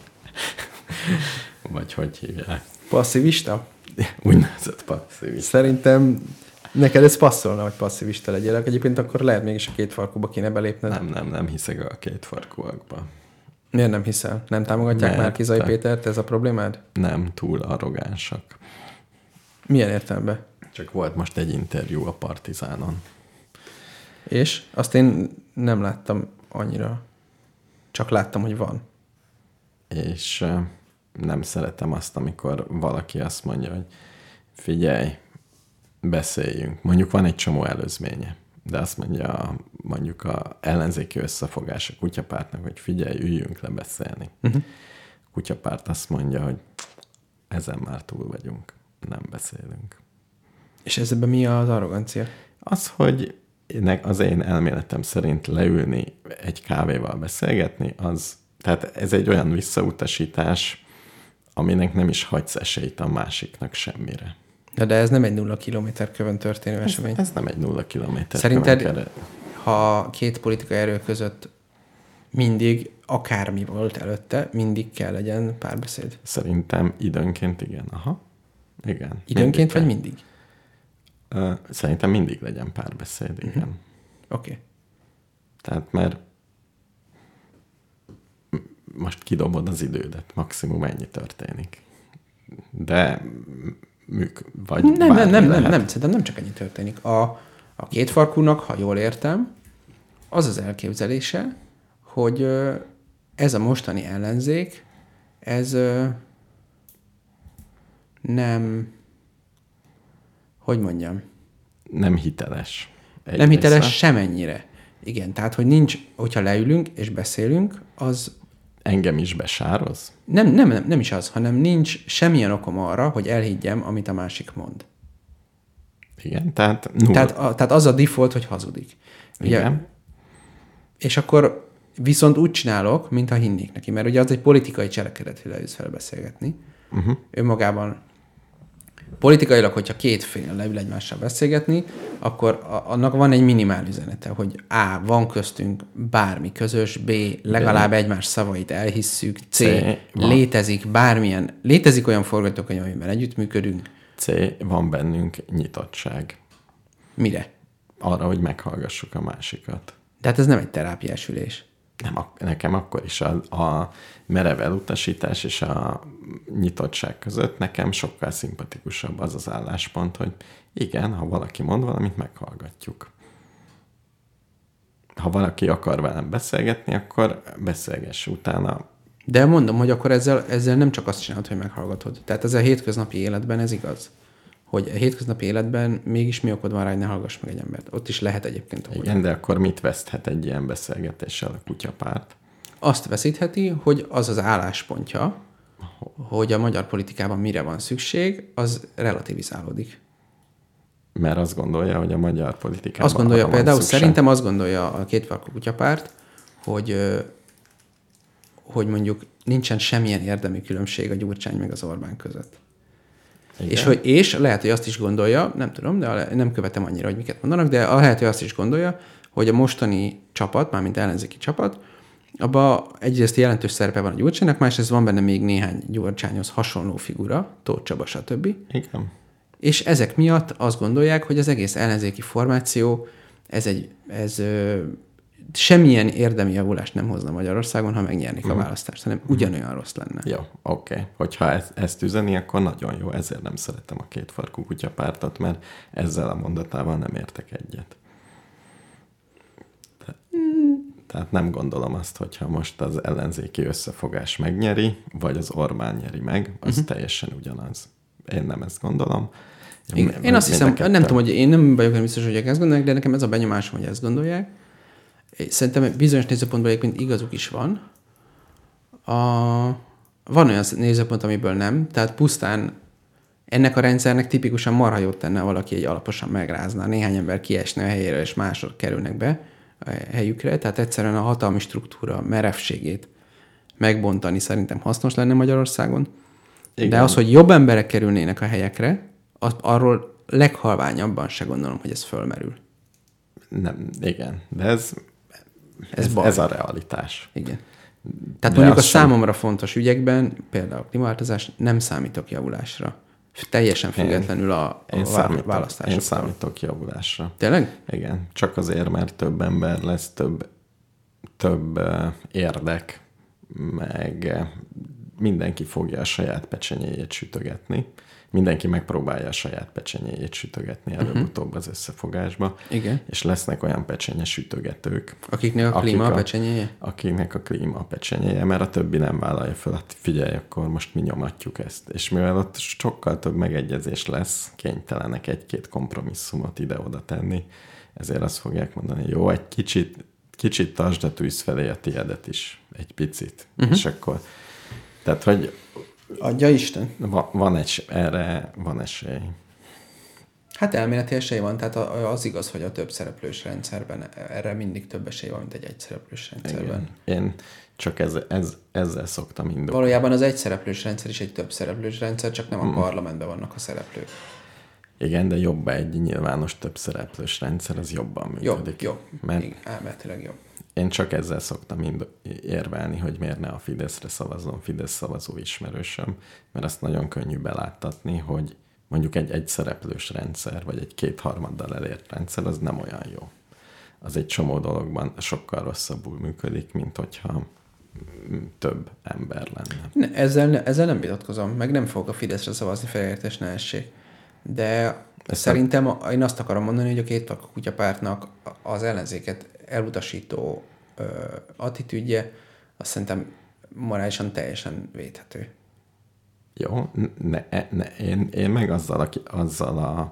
Vagy hogy hívják? Passzivista? Úgynevezett passzivista. Szerintem neked ez passzolna, hogy passzivista legyél. Egyébként akkor lehet mégis a két farkúba kéne belépned. Nem hiszek a két farkúakba. Miért nem hiszel? Nem támogatják Márki-Zay Pétert? Ez a problémád? Nem, túl arrogánsak. Milyen értelemben? Csak volt most egy interjú a Partizánon. És? Azt én nem láttam annyira. Csak láttam, hogy van. És nem szeretem azt, amikor valaki azt mondja, hogy figyelj, beszéljünk. Mondjuk van egy csomó előzménye, de azt mondja mondjuk a ellenzéki összefogás a Kutyapártnak, hogy figyelj, üljünk le beszélni. Uh-huh. Kutyapárt azt mondja, hogy ezen már túl vagyunk, nem beszélünk. És ezben mi az arrogancia? Az, hogy az én elméletem szerint leülni egy kávéval beszélgetni, tehát ez egy olyan visszautasítás, aminek nem is hagysz esélyt a másiknak semmire. De ez nem egy 0 kilométer-kövön történő esemény. Ez nem egy 0 kilométer. Szerinted, ha két politikai erő között mindig, akármi volt előtte, mindig kell legyen párbeszéd? Szerintem időnként igen. Aha. Igen. Időnként vagy mindig? Szerintem mindig legyen párbeszéd, igen. Uh-huh. Oké. Okay. Tehát mert most kidobod az idődet, maximum ennyi történik. De nem, szerintem nem csak ennyi történik. A két farkúnak, ha jól értem, az elképzelése, hogy ez a mostani ellenzék, ez nem, hogy mondjam? Nem hiteles. Nem hiteles semennyire. Igen, tehát, hogy nincs, hogyha leülünk és beszélünk, az... Engem is besároz? Nem is az, hanem nincs semmilyen okom arra, hogy elhiggyem, amit a másik mond. Igen, tehát... Tehát az a default, hogy hazudik. Igen. Ugye, és akkor viszont úgy csinálok, mintha hinnék neki, mert ugye az egy politikai cselekedet, hogy leülsz fel beszélgetni. Uh-huh. Önmagában politikailag, hogyha két fél leül egymással beszélgetni, akkor annak van egy minimál üzenete, hogy A, van köztünk bármi közös, B, legalább egymás szavait elhisszük, C, létezik olyan forgatókönyv, amiben együttműködünk. C, van bennünk nyitottság. Mire? Arra, hogy meghallgassuk a másikat. Tehát ez nem egy terápiás ülés. Nem, nekem akkor is a merev elutasítás és a nyitottság között nekem sokkal szimpatikusabb az az álláspont, hogy igen, ha valaki mond valamit, meghallgatjuk. Ha valaki akar velem beszélgetni, akkor beszélgess utána. De mondom, hogy akkor ezzel nem csak azt csinálod, hogy meghallgatod. Tehát ez a hétköznapi életben ez igaz. hogy a hétköznapi életben mégis mi okod van rá, hogy ne hallgass meg egy embert. Ott is lehet egyébként okod. Igen, de akkor mit veszthet egy ilyen beszélgetéssel a kutyapárt? Azt veszítheti, hogy az az álláspontja, hogy a magyar politikában mire van szükség, az relativizálódik. Mert azt gondolja, hogy a magyar politikában Azt gondolja arra van például, szükség. szerintem azt gondolja a kétfarkú kutyapárt, hogy mondjuk nincsen semmilyen érdemi különbség a Gyurcsány meg az Orbán között. És lehet, hogy azt is gondolja, nem tudom, de nem követem annyira, hogy miket mondanak, de lehet, hogy azt is gondolja, hogy a mostani csapat, mármint ellenzéki csapat, abban egyrészt jelentős szerepe van a Gyurcsánynak, másrészt van benne még néhány Gyurcsányhoz hasonló figura, Tóth Csaba, stb. Igen. És ezek miatt azt gondolják, hogy az egész ellenzéki formáció, ez semmilyen érdemi javulást nem hozna Magyarországon, ha megnyernék a választást, hanem ugyanolyan rossz lenne. Jó, oké. Hogyha ezt üzeni, akkor nagyon jó. Ezért nem szeretem a kétfarkú kutyapártot, mert ezzel a mondatával nem értek egyet. Tehát nem gondolom azt, hogyha most az ellenzéki összefogás megnyeri, vagy az Orbán nyeri meg, az teljesen ugyanaz. Én nem ezt gondolom. Én azt hiszem, nem tudom, hogy én nem vagyok biztos, hogy ezt gondolják, de nekem ez a benyomásom, hogy ezt gondolják. Szerintem bizonyos nézőpontból egyébként igazuk is van. Van olyan nézőpont, amiből nem. Tehát pusztán ennek a rendszernek tipikusan marha jót tenne, valaki egy alaposan megrázná. Néhány ember kiesne a helyére, és mások kerülnek be a helyükre. Tehát egyszerűen a hatalmi struktúra merevségét megbontani szerintem hasznos lenne Magyarországon. Igen. De az, hogy jobb emberek kerülnének a helyekre, arról leghalványabban se gondolom, hogy ez fölmerül. Nem, igen, de ez a realitás. Igen. Tehát de mondjuk a számomra fontos ügyekben, például a klímaváltozás, nem számítok javulásra. Teljesen függetlenül a választásokról. Én számítok javulásra. Tényleg? Igen, csak azért, mert több ember lesz, több érdek, meg mindenki fogja a saját pecsenyéjét sütögetni. Mindenki megpróbálja a saját pecsenyéjét sütögetni előbb-utóbb az összefogásba. Igen. És lesznek olyan pecsenye sütögetők. Akiknek a klíma a pecsenyéje? Akiknek a klíma a pecsenyéje, mert a többi nem vállalja fel. Hát figyelj, akkor most mi nyomatjuk ezt. És mivel ott sokkal több megegyezés lesz, kénytelenek egy-két kompromisszumot ide-oda tenni, ezért azt fogják mondani, jó, egy kicsit tartsd a tűz felé a tiédet is. Egy picit. És akkor, tehát, hogy adja Isten. Erre van esély. Hát elméleti esély van, tehát az igaz, hogy a több szereplős rendszerben erre mindig több esély van, mint egy egyszereplős rendszerben. Igen. Én csak ezzel szoktam indokolni. Valójában az egyszereplős rendszer is egy több szereplős rendszer, csak nem a parlamentben vannak a szereplők. Igen, de jobb egy nyilvános több szereplős rendszer, az jobban működik. Jobb. Mert elméletileg jobb. Én csak ezzel szoktam érvelni, hogy miért ne a Fideszre szavazzon Fidesz szavazó ismerősöm, mert azt nagyon könnyű beláttatni, hogy mondjuk egy egyszereplős rendszer, vagy egy kétharmaddal elért rendszer, az nem olyan jó. Az egy csomó dologban sokkal rosszabbul működik, mint hogyha több ember lenne. Ezzel nem vitatkozom, meg nem fogok a Fideszre szavazni, felértés ne essék. De szerintem én azt akarom mondani, hogy a kétfarkú kutyapártnak az ellenzéket elutasító attitűdje, azt szerintem morálisan teljesen védhető. Jó, én meg azzal a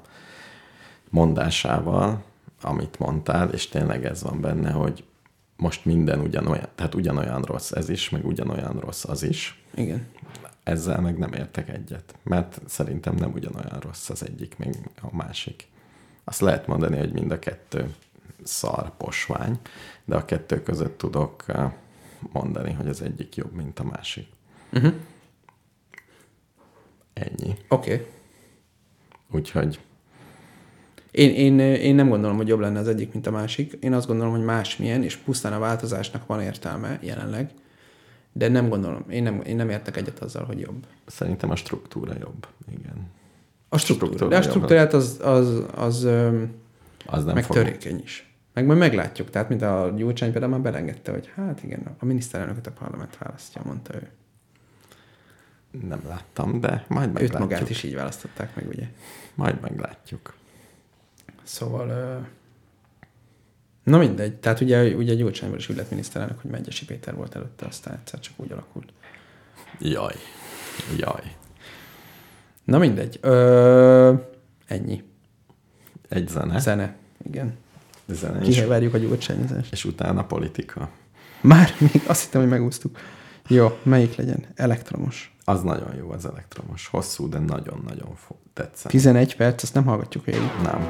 mondásával, amit mondtál, és tényleg ez van benne, hogy most minden ugyanolyan, tehát ugyanolyan rossz ez is, meg ugyanolyan rossz az is. Igen. Ezzel meg nem értek egyet, mert szerintem nem ugyanolyan rossz az egyik, meg a másik. Azt lehet mondani, hogy mind a kettő szar, posvány, de a kettő között tudok mondani, hogy az egyik jobb, mint a másik. Ennyi. Oké. Úgyhogy Én nem gondolom, hogy jobb lenne az egyik, mint a másik. Én azt gondolom, hogy másmilyen, és pusztán a változásnak van értelme jelenleg, de nem gondolom, én nem értek egyet azzal, hogy jobb. Szerintem a struktúra jobb, igen. A struktúra. De a struktúrát az nem meg törékeny is. Meg majd meglátjuk. Tehát, mint a Gyurcsány például már belengedte, hogy hát igen, a miniszterelnököt a parlament választja, mondta ő. Nem láttam, de majd meglátjuk. Őt magát is így választották meg, ugye? Majd meglátjuk. Szóval, na mindegy. Tehát ugye Gyurcsányból is úgy lett miniszterelnök, hogy Medgyessy Péter volt előtte, aztán egyszer csak úgy alakult. Jaj. Na mindegy. Ennyi. Egy zene. Zene, igen. Zene Kiheverjük a gyurcsányozást. És utána politika. Már még azt hittem, hogy megúsztuk. Jó, melyik legyen? Elektromos. Az nagyon jó, az elektromos. Hosszú, de nagyon-nagyon tetszett. 11 perc, azt nem hallgatjuk végig. Nem.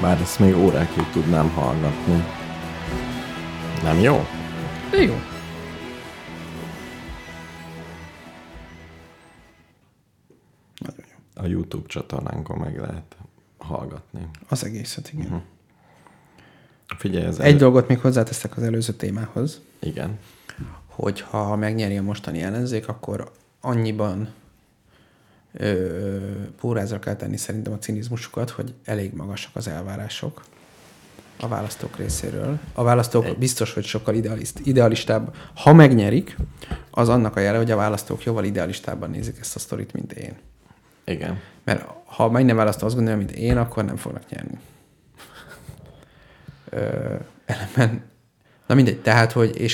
Bár ezt még órákig tudnám hallgatni. Nem jó? De jó. Nagyon jó. A YouTube csatornánkon meg lehet hallgatni. Az egészet, igen. Figyelj, ez Egy dolgot még hozzáteszek az előző témához. Igen. Hogy ha megnyeri a mostani ellenzék, akkor annyiban pórázra kell tenni szerintem a cinizmusukat, hogy elég magasak az elvárások a választók részéről. A választók biztos, hogy sokkal idealistább. Ha megnyerik, az annak a jele, hogy a választók jóval idealistábban nézik ezt a sztorit, mint én. Igen. Mert ha minden választó azt gondolja, mint én, akkor nem fognak nyerni. Ellenben, na mindegy, tehát, hogy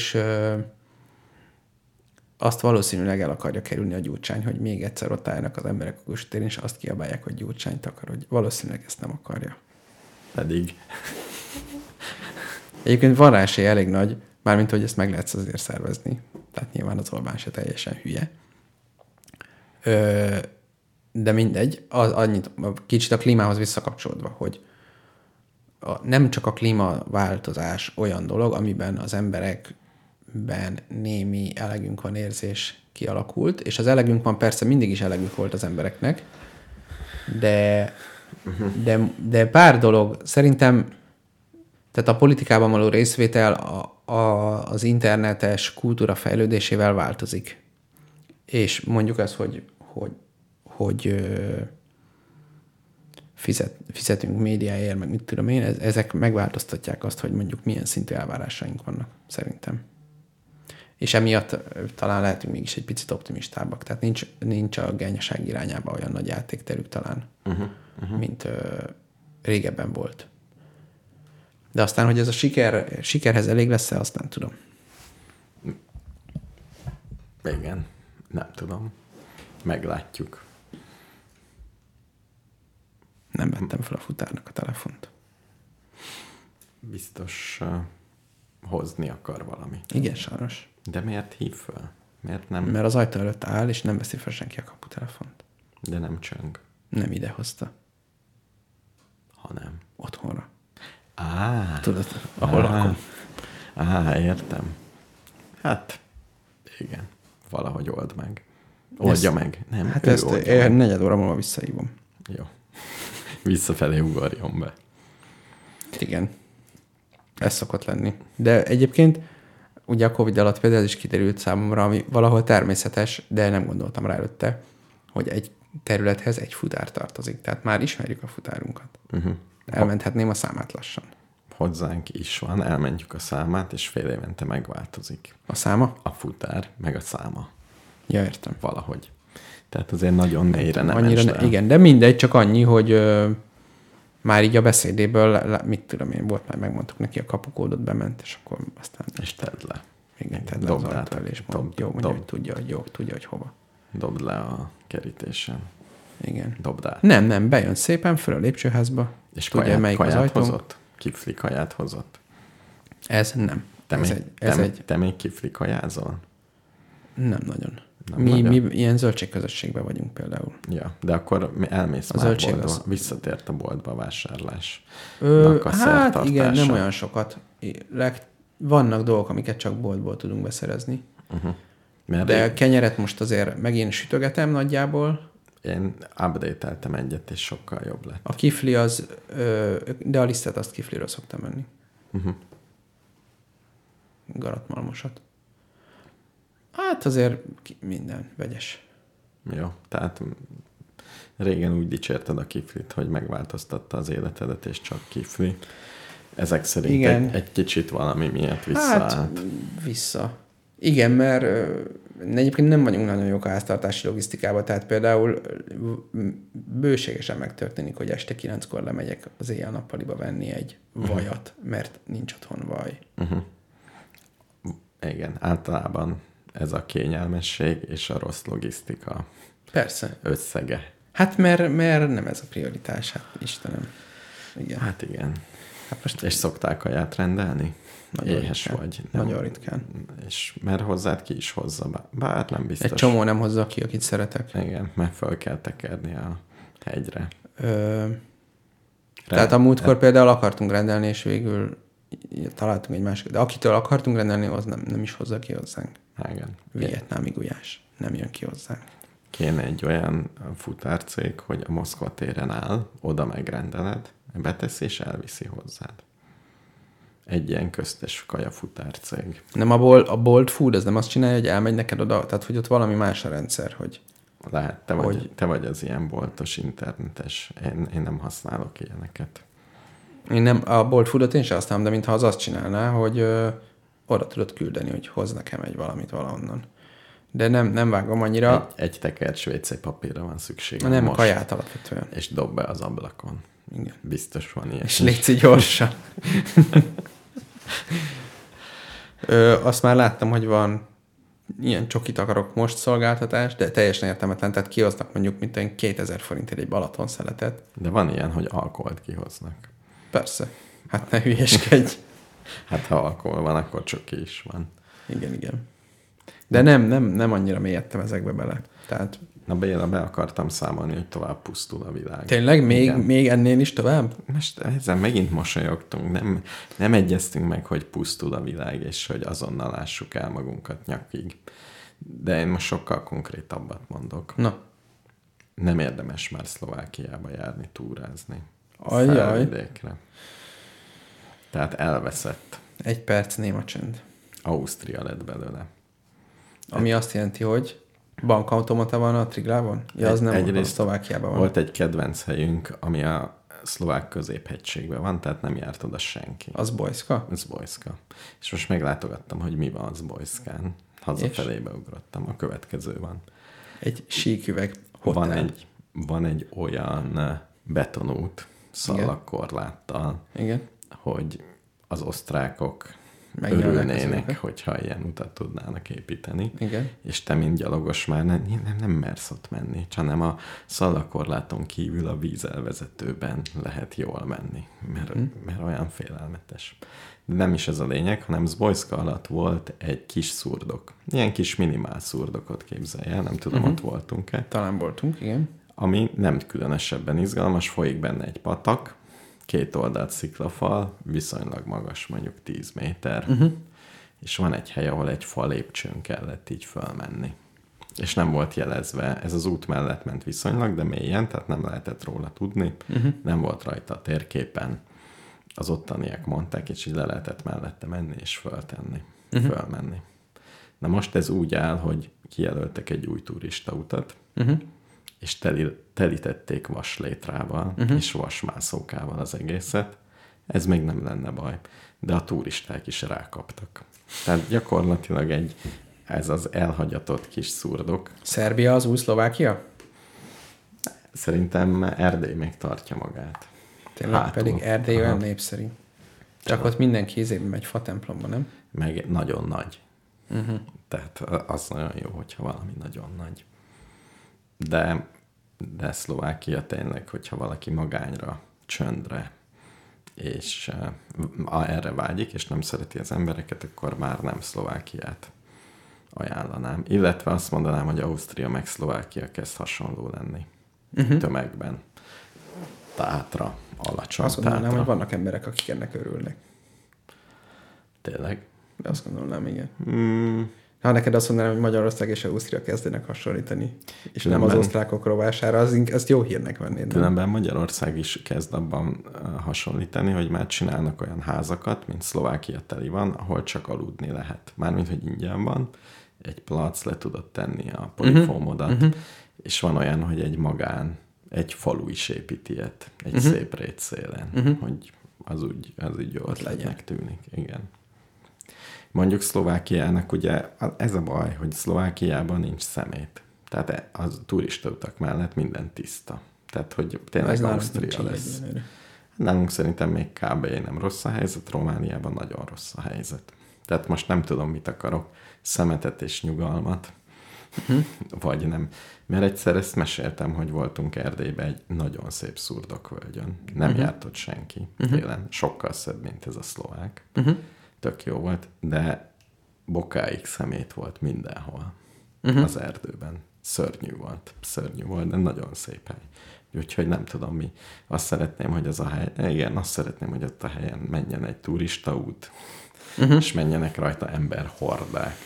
azt valószínűleg el akarja kerülni a Gyurcsány, hogy még egyszer ott állnak az emberek a Kossuth téren, és azt kiabálják, hogy Gyurcsányt akar, hogy valószínűleg ezt nem akarja. Pedig. Egyébként van rá esély elég nagy, mármint, hogy ezt meg lehet azért szervezni. Tehát nyilván az Orbán se teljesen hülye. De mindegy, annyit, kicsit a klímához visszakapcsolódva, hogy nem csak a klímaváltozás olyan dolog, amiben az emberekben némi elegünk van, érzés kialakult, és az elegünk van, persze mindig is elegünk volt az embereknek, de pár dolog, szerintem, tehát a politikában való részvétel az internetes kultúra fejlődésével változik. És mondjuk ez, hogy fizetünk médiáért, meg mit tudom én, ezek megváltoztatják azt, hogy mondjuk milyen szintű elvárásaink vannak, szerintem. És emiatt talán lehetünk mégis egy picit optimistábbak. Tehát nincs a gányaság irányába olyan nagy játékterük talán, mint régebben volt. De aztán, hogy ez a sikerhez elég lesz-e, azt nem tudom. Igen, nem tudom. Meglátjuk. Nem vettem fel a futárnak a telefont. Biztos hozni akar valami. Igen, sajnos. De miért hív fel? Miért nem? Mert az ajtó előtt áll, és nem veszi fel senki a kaputelefont. De nem csöng. Nem ide hozta. Hanem. Otthonra. Tudod, ahol lakom. Értem. Hát, igen. Valahogy old meg. Oldja meg. Nem, hát ezt negyed óra múlva visszahívom. Jó. Visszafelé ugorjon be. Igen. Ez szokott lenni. De egyébként ugye a Covid alatt például ez is kiderült számomra, ami valahol természetes, de nem gondoltam rá előtte, hogy egy területhez egy futár tartozik. Tehát már ismerjük a futárunkat. Elmenthetném a számát lassan. Hozzánk is van, elmentjük a számát, és fél évente megváltozik. A száma? A futár, meg a száma. Ja, értem. Valahogy. Tehát azért nagyon mélyre nem annyira igen, de mindegy, csak annyi, hogy már így a beszédéből, mit tudom én, volt már, megmondtuk neki a kapukódot, bement, és akkor aztán... És tedd le. Igen, tedd le az ajtóval, és mondja, hogy tudja, hogy hova. Dobd le a kerítésen. Igen. Dobd át. Nem, bejön szépen föl a lépcsőházba. És tudja, melyik az ajtó. Hozott? Kifli kaját hozott? Ez nem. Te még kifli kajázol? Nem nagyon. Mi ilyen zöldségközösségben vagyunk például. Ja, de akkor elmész a már boltba, visszatért a boltba a vásárlás. Hát igen, nem olyan sokat. Vannak dolgok, amiket csak boltból tudunk beszerezni. De a kenyeret most azért megint sütögetem nagyjából. Én update-eltem egyet, és sokkal jobb lett. A kifli az, de a lisztet azt kifliről szoktam menni. Garatmalmosat. Hát azért minden vegyes. Jó, tehát régen úgy dicsérted a kiflit, hogy megváltoztatta az életedet, és csak kifli. Ezek szerint egy kicsit valami miatt visszaállt. Hát vissza. Igen, mert egyébként nem vagyunk nagyon jók a háztartási logisztikában, tehát például bőségesen megtörténik, hogy este 9-kor lemegyek az éjjel-nappaliba venni egy vajat, mert nincs otthon vaj. Igen, általában ez a kényelmesség és a rossz logisztika összege. Hát mert nem ez a prioritás, hát Istenem. Igen. Hát igen. Hát most és szoktál kaját rendelni? Nagyon éhes ritkán. Vagy. Nagyon ritkán. És mert hozzád ki is hozza, bár nem biztos. Egy csomó nem hozza ki, akit szeretek. Igen, mert fel kell tekerni a hegyre. Tehát a múltkor például akartunk rendelni, és végül találtunk egy másikat. De akitől akartunk rendelni, az nem is hozza ki hozzánk. Igen. Vietnámi gulyás. Nem jön ki hozzánk. Kéne egy olyan futárcég, hogy a Moszkva téren áll, oda megrendeled, beteszi és elviszi hozzád. Egy ilyen köztes kajafutárcég. Nem a Bolt Food, ez nem azt csinálja, hogy elmegy neked oda? Tehát, hogy ott valami más a rendszer, hogy... Lehet, te vagy az ilyen boltos, internetes. Én nem használok ilyeneket. A Bolt Foodot én sem használom, de mintha az azt csinálná, hogy oda tudod küldeni, hogy hoz nekem egy valamit valahonnan. De nem vágom annyira. Egy tekercs WC papírra van szükségem. Nem, kaját alapvetően. És dob be az ablakon. Igen. Biztos van ilyen. És légy gyorsan. Azt már láttam, hogy van ilyen csokit akarok most szolgáltatás, de teljesen értelmetlen, tehát kihoznak mondjuk mint 2000 forintért egy Balaton szeletet. De van ilyen, hogy alkoholt kihoznak. Persze. Hát ne hülyeskedj. Hát ha alkohol van, akkor csoki is van. Igen. De nem annyira mélyedtem ezekbe bele. Tehát... Na Béla, be akartam számolni, hogy tovább pusztul a világ. Tényleg? Még ennél is tovább? Most ezzel megint mosolyogtunk. Nem egyeztünk meg, hogy pusztul a világ, és hogy azonnal lássuk el magunkat nyakig. De én most sokkal konkrétabbat mondok. Na. Nem érdemes már Szlovákiába járni, túrázni. Ajjaj. Felvidékre. Tehát elveszett. 1 perc néma csend. Ausztria lett belőle. Ami azt jelenti, hogy bankautomata van a Triglában? Ja, az nem a Szlovákiában van. Volt egy kedvenc helyünk, ami a szlovák középhegységben van, tehát nem járt oda senki. Az Bojszka? Az Bojszka. És most meglátogattam, hogy mi van az Bojszkán. Hazafelébe ugrottam. A következő van. Egy síküveg hotel. Van egy olyan betonút szalagkorláttal, igen, hogy az osztrákok örülnének, hogyha ilyen utat tudnának építeni. Igen. És te, mint gyalogos már nem mersz ott menni, hanem a szalagkorláton kívül a vízelvezetőben lehet jól menni, mert olyan félelmetes. De nem is ez a lényeg, hanem Zbojszka alatt volt egy kis szurdok. Ilyen kis minimál szurdokot képzelj el, nem tudom, ott voltunk-e. Talán voltunk, igen. Ami nem különösebben izgalmas, folyik benne egy patak, 2 oldalt sziklafal, viszonylag magas, mondjuk 10 méter, és van egy hely, ahol egy fa lépcsőn kellett így fölmenni. És nem volt jelezve, ez az út mellett ment viszonylag, de mélyen, tehát nem lehetett róla tudni, nem volt rajta a térképen. Az ottaniak mondták, és így le lehetett mellette menni és fölmenni. Na most ez úgy áll, hogy kijelöltek egy új turistautat, és telítették vaslétrával és vasmászókával az egészet. Ez még nem lenne baj. De a turisták is rákaptak. Tehát gyakorlatilag ez az elhagyatott kis szurdok. Szerbia az új Szlovákia? Szerintem Erdély még tartja magát. Tényleg, hátul. Pedig Erdély olyan népszerű. Csak ott mindenki izében megy fa templomba, nem? Meg nagyon nagy. Tehát az nagyon jó, hogyha valami nagyon nagy. De Szlovákia tényleg, hogyha valaki magányra, csöndre, és erre vágyik, és nem szereti az embereket, akkor már nem Szlovákiát ajánlanám. Illetve azt mondanám, hogy Ausztria meg Szlovákia kezd hasonló lenni. Tömegben. Tátra, alacsony azt mondanám, hogy vannak emberek, akik ennek örülnek. Tényleg? De azt gondolnám, igen. Ha neked azt mondanám, hogy Magyarország és Ausztria kezdenek hasonlítani, és nem az osztrákok rovására, azt jó hírnek vennéd. Különben Magyarország is kezd abban hasonlítani, hogy már csinálnak olyan házakat, mint Szlovákia teli van, ahol csak aludni lehet. Mármint, hogy ingyen van, egy plac, le tudod tenni a polifómodat, és van olyan, hogy egy falu is épít ilyet, egy szép rétszélen, hogy az úgy jó ötletnek tűnik. Igen. Mondjuk Szlovákiának ugye ez a baj, hogy Szlovákiában nincs szemét. Tehát az turistautak mellett minden tiszta. Tehát, hogy tényleg Ausztria lesz. Nálunk szerintem még kb. Nem rossz a helyzet, Romániában nagyon rossz a helyzet. Tehát most nem tudom, mit akarok, szemetet és nyugalmat, vagy nem. Mert egyszer ezt meséltem, hogy voltunk Erdélyben egy nagyon szép szurdokvölgyön. Nem járt ott senki télen. Sokkal szebb, mint ez a szlovák. Tök jó volt, de bokáig szemét volt mindenhol az erdőben. Szörnyű volt, de nagyon szép hely. Úgyhogy nem tudom mi. Azt szeretném, hogy az a hely, igen, azt szeretném, hogy ott a helyen menjen egy turistaút, és menjenek rajta emberhordák.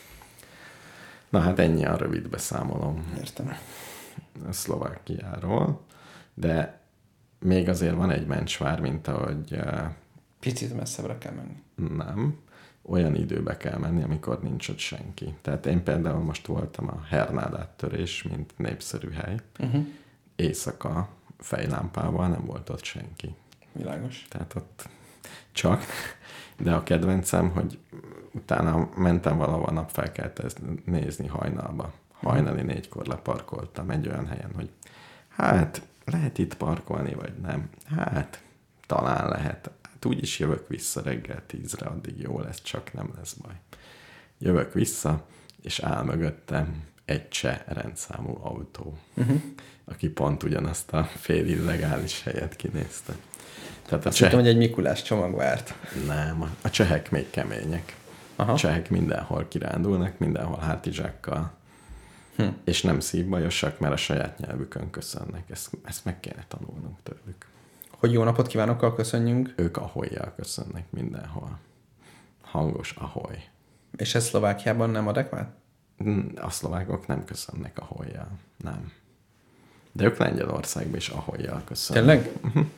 Na hát ennyi a rövid beszámolom. Értem. A Szlovákiáról, de még azért van egy mencsvár, mint ahogy Picit messzebbre kell menni. nem, olyan időbe kell menni, amikor nincs ott senki. Tehát én például most voltam a Hernád áttörés, mint népszerű hely. Éjszaka fejlámpával nem volt ott senki. Világos. Tehát ott csak, de a kedvencem, hogy utána mentem valahol napfelkeltet nézni hajnalba. Hajnali 4-kor leparkoltam egy olyan helyen, hogy hát lehet itt parkolni, vagy nem. Hát talán lehet. Hát úgyis jövök vissza reggel 10-re, addig jó lesz, csak nem lesz baj. Jövök vissza, és áll mögöttem egy cseh rendszámú autó, aki pont ugyanazt a fél illegális helyet kinézte. Tehát Azt hittem, hogy egy Mikulás csomag várt. Nem, a csehek még kemények. Aha. A csehek mindenhol kirándulnak, mindenhol hátizsákkal, és nem szívbajosak, mert a saját nyelvükön köszönnek. Ezt meg kéne tanulnunk tőlük. Hogy jó napot kívánokkal köszönjünk. Ők aholjjal köszönnek mindenhol. Hangos ahoy. És ez Szlovákiában nem adekvát? A szlovákok nem köszönnek aholjjal. Nem. De ők Lengyelországban is aholjjal köszönnek. Tényleg?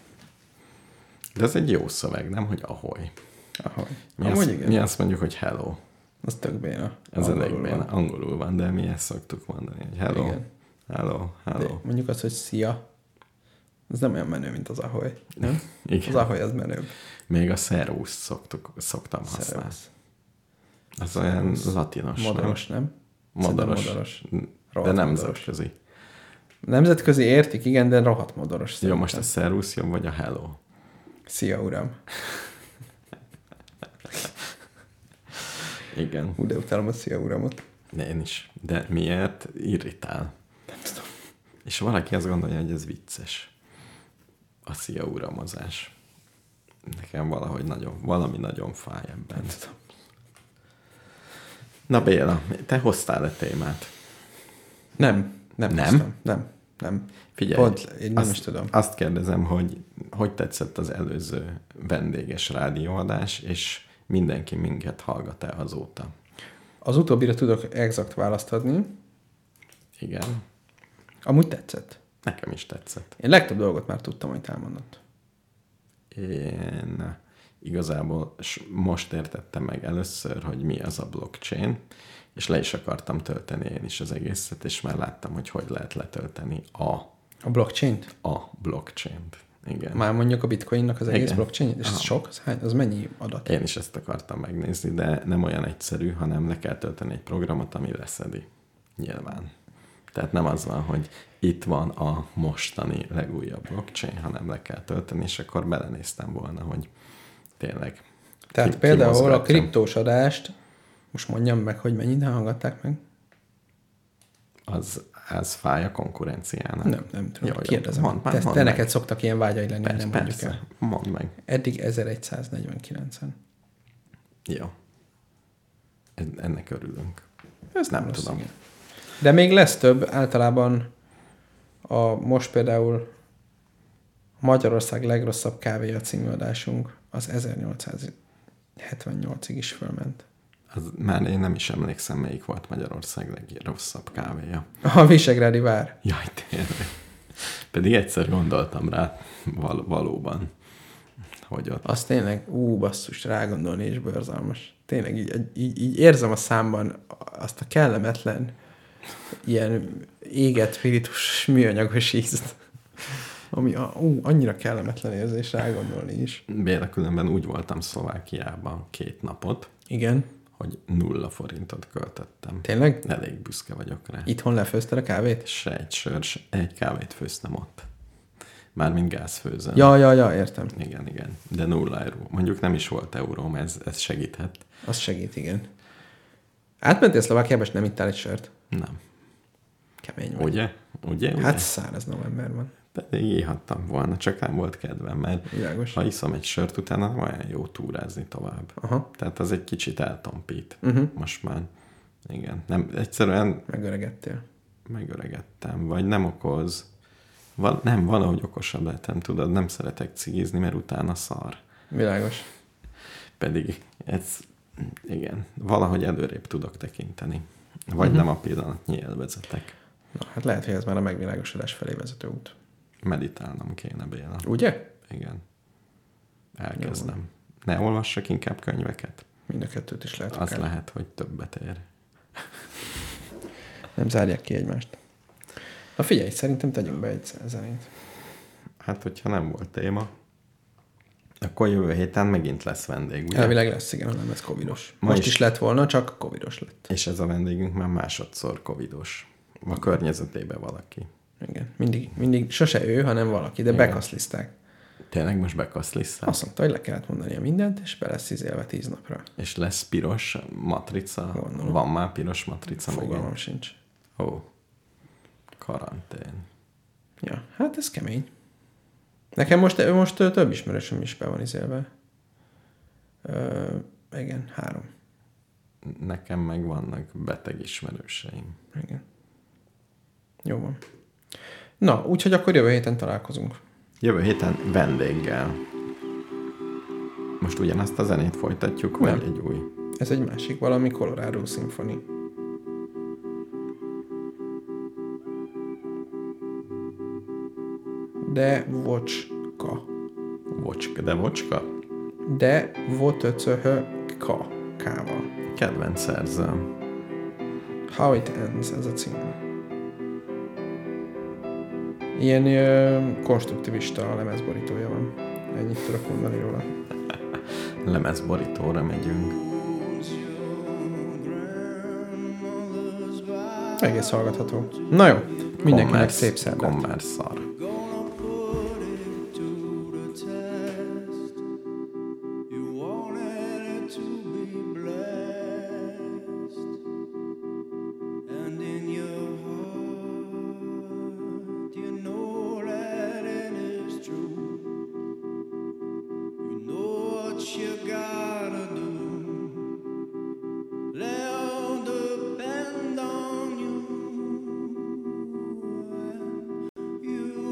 De ez egy jó szöveg, nem? Hogy ahoy. Ahogy. Mi azt mondjuk, hogy hello. Az tök béna. Ez elég béna. Angolul van, de mi ezt szoktuk mondani, hogy hello. Igen. Hello, hello. De mondjuk azt, hogy szia. Ez nem olyan menő, mint az ahoy. Nem? Igen. Az ahoy az menőbb. Még a szervusz szoktam használni. Szervusz. Az olyan latinos. Modoros, nem? Modoros. Modoros. De Rohadt nemzetközi. Nemzetközi értik, igen, de rohadt modoros. Jó, szerintem. most a szervusz jobb, vagy a hello? Szia, uram. Igen. De utálom a szia, uramot. Én is. De miért? Irritál. Nem tudom. És valaki azt gondolja, hogy ez vicces. A szia uramozás. Nekem valami nagyon fáj ebben. Nem tudom. Na Béla, te hoztál a témát? Nem. hoztam. Nem. Figyelj, Pont, én nem is tudom. Azt kérdezem, hogy tetszett az előző vendéges rádióadás, és mindenki minket hallgat-e azóta? Az utóbbira tudok exakt választ adni. Igen. Amúgy tetszett. Nekem is tetszett. Én legtöbb dolgot már tudtam, amit elmondott. Én igazából most értettem meg először, hogy mi az a blockchain, és le is akartam tölteni én is az egészet, és már láttam, hogy lehet letölteni A blockchain-t? a blockchain-t. Igen. Már mondjuk a bitcoinnak az egész Igen. blockchain? És ez sok? Az mennyi adat? Én is ezt akartam megnézni, de nem olyan egyszerű, hanem le kell tölteni egy programot, ami leszedi. Nyilván. Tehát nem az van, hogy itt van a mostani legújabb blockchain, hanem le kell tölteni, és akkor belenéztem volna, hogy tényleg Tehát például a kriptós adást, most mondjam meg, hogy mennyit hallgatták meg? Az fáj a konkurenciának. Nem tudom, Jó, kérdezem. mondd Te meg. neked szoktak ilyen vágyai lenni, Persze, nem mondjuk persze. el. Mondd meg. Eddig 1149-en. Jó. Ennek örülünk. Ez Nem rossz, tudom. igen. De még lesz több, általában most például Magyarország legrosszabb kávéja című adásunk az 1878-ig is fölment. Már én nem is emlékszem, melyik volt Magyarország legrosszabb kávéja. A Visegrádi Vár. Jaj, tényleg. Pedig egyszer gondoltam rá valóban, hogy ott... Az tényleg, basszus, rágondolni is borzalmas. Tényleg így érzem a számban azt a kellemetlen, ilyen éget spiritus műanyagos ízt, ami annyira kellemetlen érzés rágondolni is. Béla, különben úgy voltam Szlovákiában 2 napot, Igen. hogy 0 forintot költöttem. Tényleg? Elég büszke vagyok rá. Itthon lefőzted a kávét? Se egy sör, se egy kávét főztem ott. Mármint gázfőzön. Ja, értem. Igen. De 0 euró. Mondjuk nem is volt euróm, ez segíthet. Az segít, igen. Átmentél Szlovákiába, és nem ittál egy sört? Nem. Kemény vagy. Ugye? Hát száraz november van. Pedig ihattam volna, csak nem volt kedvem, mert Világos. ha iszom egy sört utána, nem olyan jó túrázni tovább. Aha. Tehát az egy kicsit eltompít. Most már. Igen. Nem, egyszerűen Megöregedtél. megöregettem, vagy nem okoz valahogy okosabb lettem, tudod, nem szeretek cigizni, mert utána szar. Világos. Pedig igen, valahogy előrébb tudok tekinteni. Vagy nem a pillanatnyi élvezetek. Na, hát lehet, hogy ez már a megvilágosodás felé vezető út. Meditálnom kéne, Béla. Ugye? Igen. Elkezdem. Ne olvassak inkább könyveket? Mind a kettőt is lehet. Az lehet, hogy többet ér. Nem zárják ki egymást. Na figyelj, szerintem tegyünk be egy zenét. Hát, hogyha nem volt téma, akkor jövő héten megint lesz vendég, ugye? Elvileg lesz, igen, nem lesz covidos. Most is lett volna, csak covidos lett. És ez a vendégünk már másodszor covidos. A környezetében valaki. Igen, mindig sose ő, hanem valaki, de bekaszliszták. Tényleg most bekaszliszták? Azt mondta, hogy le kellett mondania mindent, és be lesz izélve 10 napra. És lesz piros matrica? Gondolom. Van már piros matrica? Fogalmam sincs. Ó, karantén. Ja, hát ez kemény. Nekem most több ismerősöm is be van izélve. Igen, 3. Nekem meg vannak beteg ismerőseim. Igen. Jó van. Na, úgyhogy akkor jövő héten találkozunk. Jövő héten vendéggel. Most ugyanazt a zenét folytatjuk, vagy egy új? Ez egy másik, valami Colorado Symphony. De vocska. De vocska? De votöcöhö ka. Kával. Kedvenc szerzőm. How It Ends, ez a cím. Ilyen konstruktivista lemezborítója van. Ennyit tudok mondani róla. Lemezborítóra megyünk. Egész hallgatható. Na jó, mindenkinek szép szerdát. Kommersz szar. You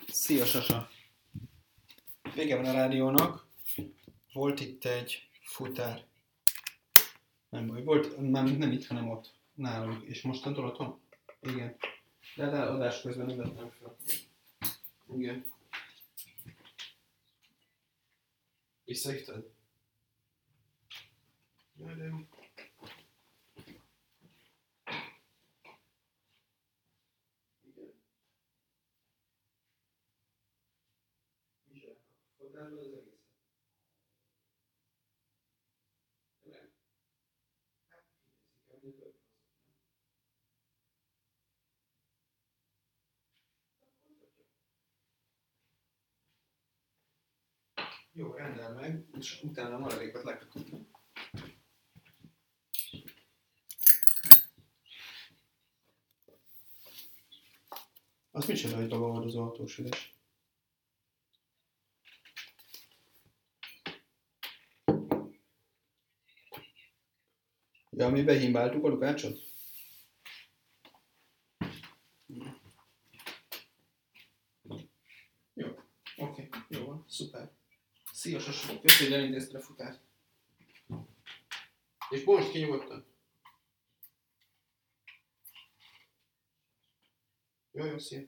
Szia, Sasa! Vége van a rádiónak. Volt itt egy futár. Nem baj, volt, nem itt, hanem ott nálunk. És mostantól otthon? Igen. De hát adás közben nem vettem fel. Igen. Visszahívtad? Jaj, de jó. Igen. Vizsgálnak. Fotálod az egészet? Nem. Hát, kinézik el, jó, rendel meg, és utána a maradékot lekötöm. Azt micsoda, hogy babavod az autós üdes? Ja, mi behimbáltuk a Lukácsot? Jó, oké, jó van, szuper. Szia, Sasa, köszi, hogy elintézted a futást. És most ki nyugodtan. Jó, szia.